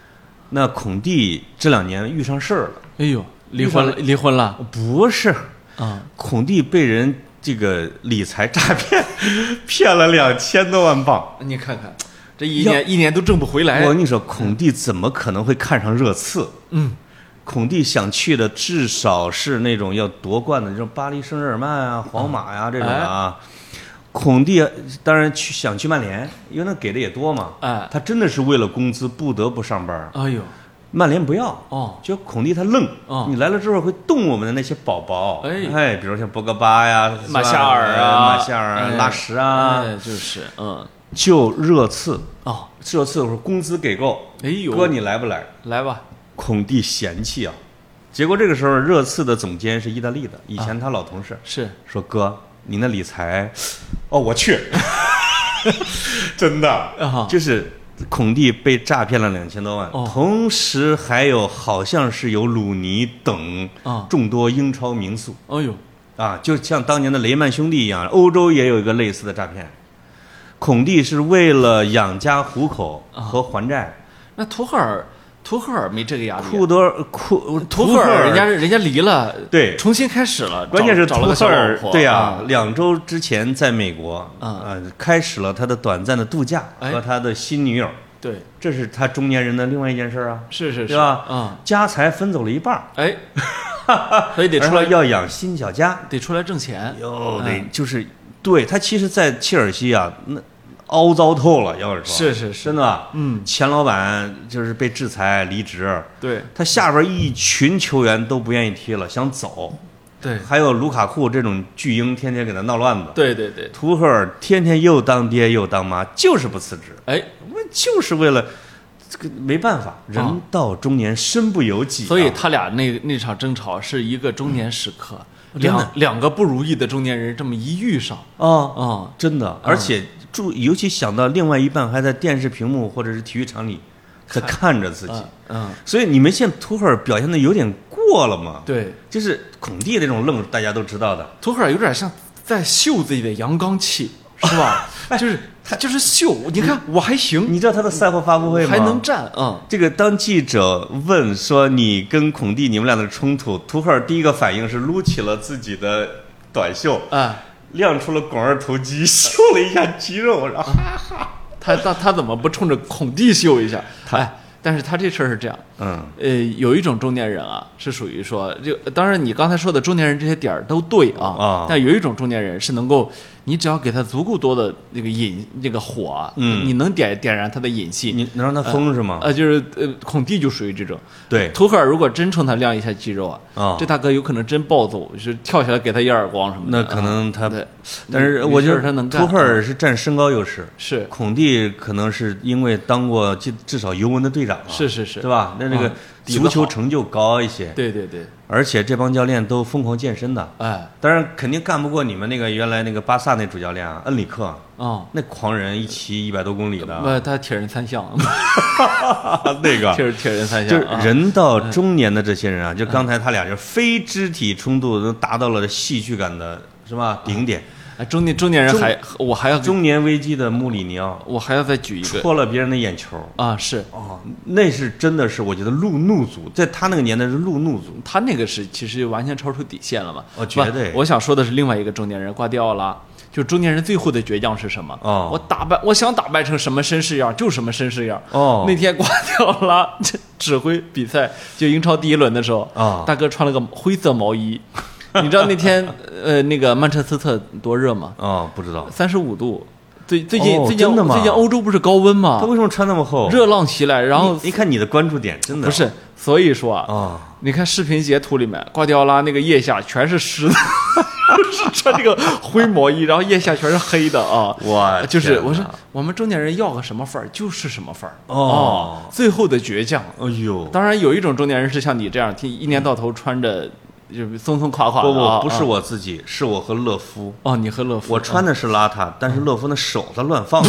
B: 那孔蒂这两年遇上事儿了，
A: 哎呦，离婚了，离婚了？
B: 不是啊，孔蒂被人这个理财诈骗，骗了两千多万镑。
A: 你看看，这一年一年都挣不回来。
B: 我跟你说，孔蒂怎么可能会看上热刺？
A: 嗯。
B: 孔蒂想去的至少是那种要夺冠的，这种巴黎圣日耳曼啊、皇马呀、啊、这种的啊。哎、孔蒂当然去想去曼联，因为那给的也多嘛。
A: 哎，
B: 他真的是为了工资不得不上班。
A: 哎呦，
B: 曼联不要
A: 哦，
B: 就孔蒂他愣。哦，你来了之后会动我们的那些宝宝。
A: 哎
B: 哎，比如像博格巴呀、
A: 马夏尔啊、
B: 马夏尔、啊、拉什啊，
A: 哎，就是嗯，
B: 就热刺
A: 哦，
B: 热刺我说工资给够。
A: 哎呦，
B: 哥你来不来？
A: 来吧。
B: 孔蒂嫌弃啊，结果这个时候热刺的总监是意大利的，以前他老同事，啊、
A: 是
B: 说哥，你那理财，哦，我去，真的，
A: 啊、
B: 就是孔蒂被诈骗了两千多万，
A: 哦、
B: 同时还有好像是有鲁尼等众多英超名宿，
A: 哎呦，
B: 啊，就像当年的雷曼兄弟一样，欧洲也有一个类似的诈骗，孔蒂是为了养家糊口和还债，
A: 啊、那图赫尔。图赫尔没这个压力、啊，
B: 库德库
A: 图赫尔人家人家离了，
B: 对，
A: 重新开始了。
B: 关键是
A: 图赫尔，
B: 对呀、啊，两周之前在美国啊、
A: 嗯
B: 呃，开始了他的短暂的度假和他的新女友。
A: 对，
B: 这是他中年人的另外一件事啊，
A: 是是是，
B: 对吧？
A: 嗯，
B: 家财分走了一半，
A: 哎，所以得出来
B: 要养新小家，
A: 得出来挣钱。
B: 哟，得就是对他，其实，在切尔西啊，那。凹糟透了，要是说
A: 是是是，
B: 真的，
A: 嗯，
B: 钱老板就是被制裁离职，
A: 对，
B: 他下边一群球员都不愿意踢了，想走，
A: 对，
B: 还有卢卡库这种巨婴天天给他闹乱子，
A: 对对对，
B: 图赫尔天天又当爹又当妈，就是不辞职，
A: 哎，
B: 我就是为了这个没办法，人到中年身不由己、啊，
A: 所以他俩那那场争吵是一个中年时刻，嗯、两两个不如意的中年人这么一遇上，
B: 啊啊、
A: 嗯，
B: 真的，而且。注尤其想到另外一半还在电视屏幕或者是体育场里在看着自己，
A: 嗯，嗯
B: 所以你们现在图赫尔表现的有点过了嘛？
A: 对，
B: 就是孔蒂那种愣，大家都知道的。
A: 图赫尔有点像在秀自己的阳刚气，是吧？就是他就是秀，你看我还行。
B: 你知道他的赛后发布会吗？
A: 还能站，嗯。
B: 这个当记者问说你跟孔蒂你们俩的冲突，图赫尔第一个反应是撸起了自己的短袖，
A: 啊。
B: 亮出了肱二头肌，秀了一下肌肉，然后哈哈。
A: 他他他怎么不冲着孔蒂秀一下？哎，但是他这事儿是这样，
B: 嗯，
A: 呃，有一种中年人啊，是属于说，就当然你刚才说的中年人这些点儿都对啊，
B: 啊，
A: 但有一种中年人是能够，你只要给他足够多的那个引那个火，
B: 嗯，
A: 你能点点燃他的引气，
B: 你能让他疯、呃、是吗？
A: 呃，就是呃，孔蒂就属于这种，
B: 对，
A: 图赫尔如果真冲他亮一下肌肉啊，
B: 啊，
A: 这大哥有可能真暴走，就是跳起来给他一耳光什么
B: 的。那可能他，
A: 啊、对，
B: 但是我觉得
A: 他能干。
B: 图赫尔是占身高优势，
A: 是
B: 孔蒂可能是因为当过至至少尤文的队长啊，
A: 是是是，
B: 对吧？那这个足球成就高一些，
A: 对对对。
B: 而且这帮教练都疯狂健身的，
A: 哎，
B: 当然肯定干不过你们那个原来那个巴萨那主教练啊，恩里克啊，
A: 哦，
B: 那狂人一骑一百多公里的，
A: 不，他铁人三项，
B: 那个
A: 铁铁人三项，
B: 就是人到中年的这些人啊，就刚才他俩就非肢体冲突都达到了戏剧感的是吧顶点。
A: 哎，中年中年人还我还要
B: 中年危机的穆里尼奥，
A: 我还要再举一个
B: 戳了别人的眼球
A: 啊！是
B: 哦，那是真的是我觉得路怒族，在他那个年代是路怒族，
A: 他那个是其实完全超出底线了嘛。
B: 我绝对，
A: 我想说的是另外一个中年人瓜迪奥拉，就中年人最后的倔强是什么？
B: 哦，
A: 我打扮，我想打扮成什么绅士样就什么绅士样。
B: 哦，
A: 那天瓜迪奥拉指挥比赛，就英超第一轮的时候，
B: 啊，
A: 大哥穿了个灰色毛衣。你知道那天呃那个曼彻斯特多热吗？
B: 哦，不知道，
A: 三十五度。最最近、
B: 哦、
A: 最近最近欧洲不是高温吗？
B: 他为什么穿那么厚？
A: 热浪袭来，然后
B: 你看你的关注点真的
A: 不是，所以说啊，
B: 哦、
A: 你看视频截图里面，瓜迪奥拉那个腋下全是湿的，是穿这个灰毛衣，然后腋下全是黑的啊！
B: 哇，
A: 就是我说我们中年人要个什么范儿就是什么范儿
B: 哦,
A: 哦，最后的倔强。
B: 哎呦，
A: 当然有一种中年人是像你这样，一年到头穿着。就是松松垮垮的，
B: 不不，不是我自己，啊、是我和勒夫。
A: 哦，你和勒夫，
B: 我穿的是邋遢，嗯、但是勒夫那手他乱放。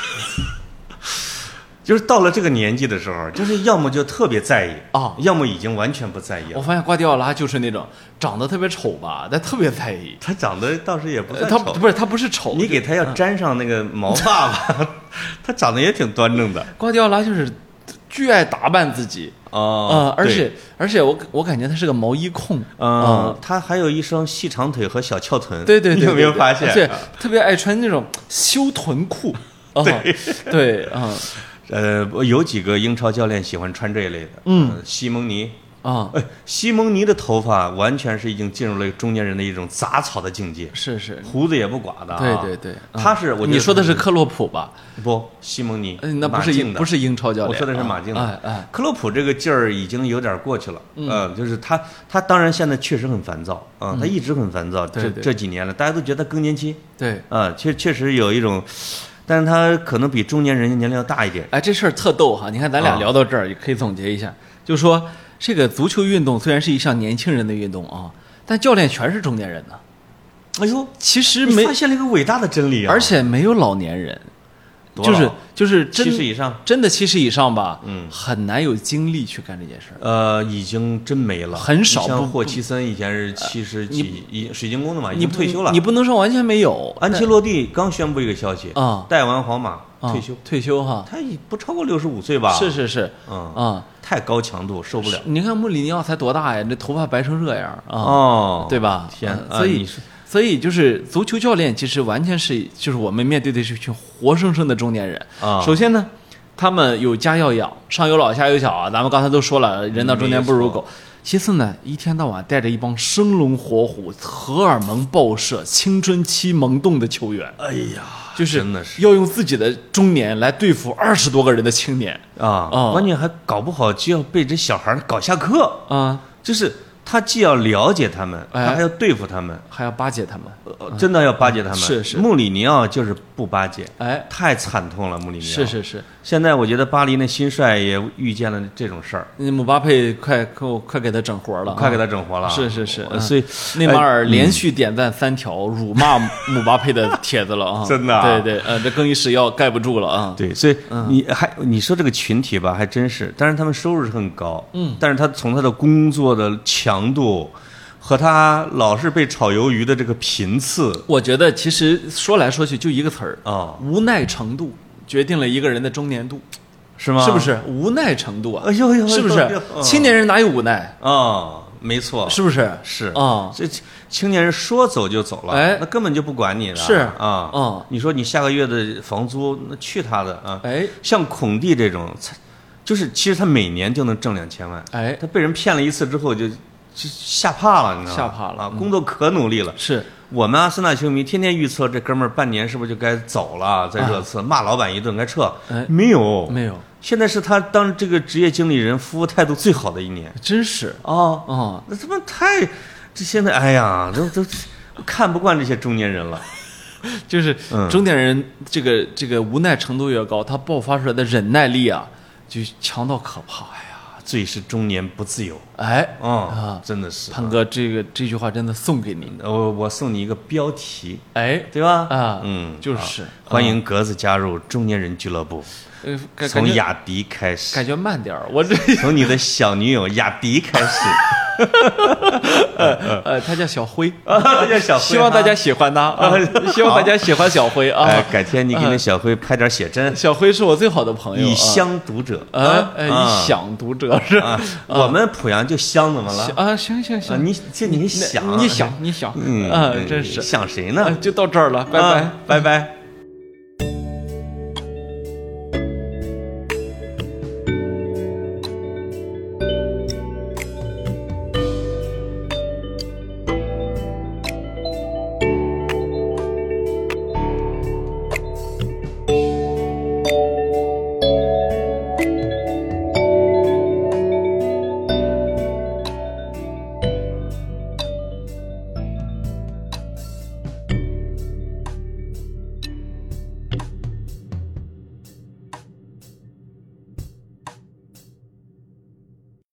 B: 就是到了这个年纪的时候，就是要么就特别在意
A: 啊、哦，
B: 要么已经完全不在意了。
A: 我发现瓜迪奥拉就是那种长得特别丑吧，但特别在意。
B: 他长得倒是也不算丑，
A: 他不是他不是丑，
B: 你给他要粘上那个毛发吧，他长得也挺端正的。
A: 瓜迪奥拉就是。 巨爱打扮自己
B: 哦，
A: 而且而且我我感觉他是个毛衣控，
B: 嗯，他还有一双细长腿和小翘臀，
A: 对对对，
B: 你有没有发现？
A: 而且特别爱穿那种修臀裤，对对啊，
B: 呃，有几个英超教练喜欢穿这一类的，嗯，西蒙尼。
A: 啊，
B: 哎，西蒙尼的头发完全是已经进入了中年人的一种杂草的境界，
A: 是是，
B: 胡子也不刮的、啊，
A: 对对对，
B: 他是我
A: 你说的是克洛普吧？
B: 不，西蒙尼，
A: 那不是英不是英超教练，
B: 我说的是马竞的。
A: 哎哎，
B: 克洛普这个劲儿已经有点过去了，嗯、呃，就是他他当然现在确实很烦躁啊、呃，他一直很烦躁，这这几年了，大家都觉得他更年期，
A: 对
B: 啊、呃，确确实有一种。但是他可能比中年人年龄要大一点。
A: 哎，这事儿特逗哈！你看咱俩聊到这儿，也可以总结一下，就是说这个足球运动虽然是一项年轻人的运动啊，但教练全是中年人呢。
B: 哎呦，
A: 其实没
B: 发现了一个伟大的真理啊！
A: 而且没有老年人，就是就是
B: 七十以上，
A: 真的七十以上吧，
B: 嗯，
A: 很难有精力去干这件事儿。
B: 呃，已经真没了，
A: 很少。
B: 像霍奇森以前是七十几，一水晶宫的嘛，已经退休了。
A: 你不能说完全没有。
B: 安切洛蒂刚宣布一个消息
A: 啊，
B: 带完皇马退休，
A: 退休哈，
B: 他也不超过六十五岁吧？
A: 是是是，
B: 嗯
A: 啊，
B: 太高强度受不了。
A: 你看穆里尼奥才多大呀？这头发白成这样啊，
B: 哦，
A: 对吧？
B: 天，
A: 所以。所以就是足球教练，其实完全是就是我们面对的是一群活生生的中年人啊。首先呢，他们有家要养，上有老下有小啊。咱们刚才都说了，人到中年不如狗。其次呢，一天到晚带着一帮生龙活虎、荷尔蒙爆射、青春期萌动的球员。
B: 哎呀，
A: 就是
B: 真的是
A: 要用自己的中年来对付二十多个人的青年
B: 啊！关键还搞不好就要被这小孩搞下课
A: 啊！
B: 就是。他既要了解他们，
A: 哎、
B: 他还要对付他们，
A: 还要巴结他们、
B: 呃，真的要巴结他们。
A: 是是，
B: 穆里尼奥就是不巴结，
A: 哎，
B: 太惨痛了。穆里尼奥
A: 是是是。
B: 现在我觉得巴黎那新帅也遇见了这种事儿，
A: 姆巴佩快快快给他整活了，
B: 快给他整活了。
A: 是是是，
B: 所以
A: 内马尔连续点赞三条辱骂姆巴佩的帖子了啊！
B: 真的，
A: 对对，呃，这更衣室要盖不住了啊！
B: 对，所以你还你说这个群体吧，还真是，但是他们收入是很高，
A: 嗯，
B: 但是他从他的工作的强度。和他老是被炒鱿鱼的这个频次，
A: 我觉得其实说来说去就一个词儿
B: 啊，
A: 无奈程度决定了一个人的中年度，
B: 是吗？
A: 是不是无奈程度啊？
B: 哎呦呦，
A: 是不是？青年人哪有无奈
B: 啊？没错，
A: 是不是？
B: 是
A: 啊，
B: 这青年人说走就走了，
A: 哎，
B: 那根本就不管你了，
A: 是
B: 啊，
A: 嗯，
B: 你说你下个月的房租，那去他的啊！
A: 哎，
B: 像孔蒂这种，就是其实他每年就能挣两千万，
A: 哎，
B: 他被人骗了一次之后就。就吓怕了，你知道吗？
A: 吓怕了
B: 啊！工作可努力了。
A: 是
B: 我们阿森纳球迷天天预测这哥们儿半年是不是就该走了，在热刺、啊、骂老板一顿该撤。
A: 哎，
B: 没有，
A: 没有。
B: 现在是他当这个职业经理人服务态度最好的一年。
A: 真是
B: 啊
A: 啊、哦！
B: 那他妈太……这现在哎呀，都都看不惯这些中年人了。
A: 就是中年人这个、嗯、这个无奈程度越高，他爆发出来的忍耐力啊，就强到可怕呀。
B: 最是中年不自由，
A: 哎，
B: 哦、啊，真的是，
A: 潘哥，这个这句话真的送给你，
B: 我我送你一个标题，
A: 哎，
B: 对吧？
A: 啊，
B: 嗯，
A: 就是、
B: 啊、欢迎格子加入中年人俱乐部，
A: 呃，
B: 从雅迪开始，
A: 感觉慢点儿，我这
B: 从你的小女友雅迪开始。
A: 呃呃，他叫小辉
B: 啊，他叫小辉，
A: 希望大家喜欢他啊，希望大家喜欢小辉啊。
B: 哎，改天你给那小辉拍点写真。
A: 小辉是我最好的朋友，
B: 以香读者
A: 啊，以想读者是
B: 啊。我们濮阳就香怎么了
A: 啊？行行行，
B: 你这你想，
A: 你想你想，
B: 嗯
A: 啊，真是
B: 想谁呢？
A: 就到这儿了，拜拜
B: 拜拜。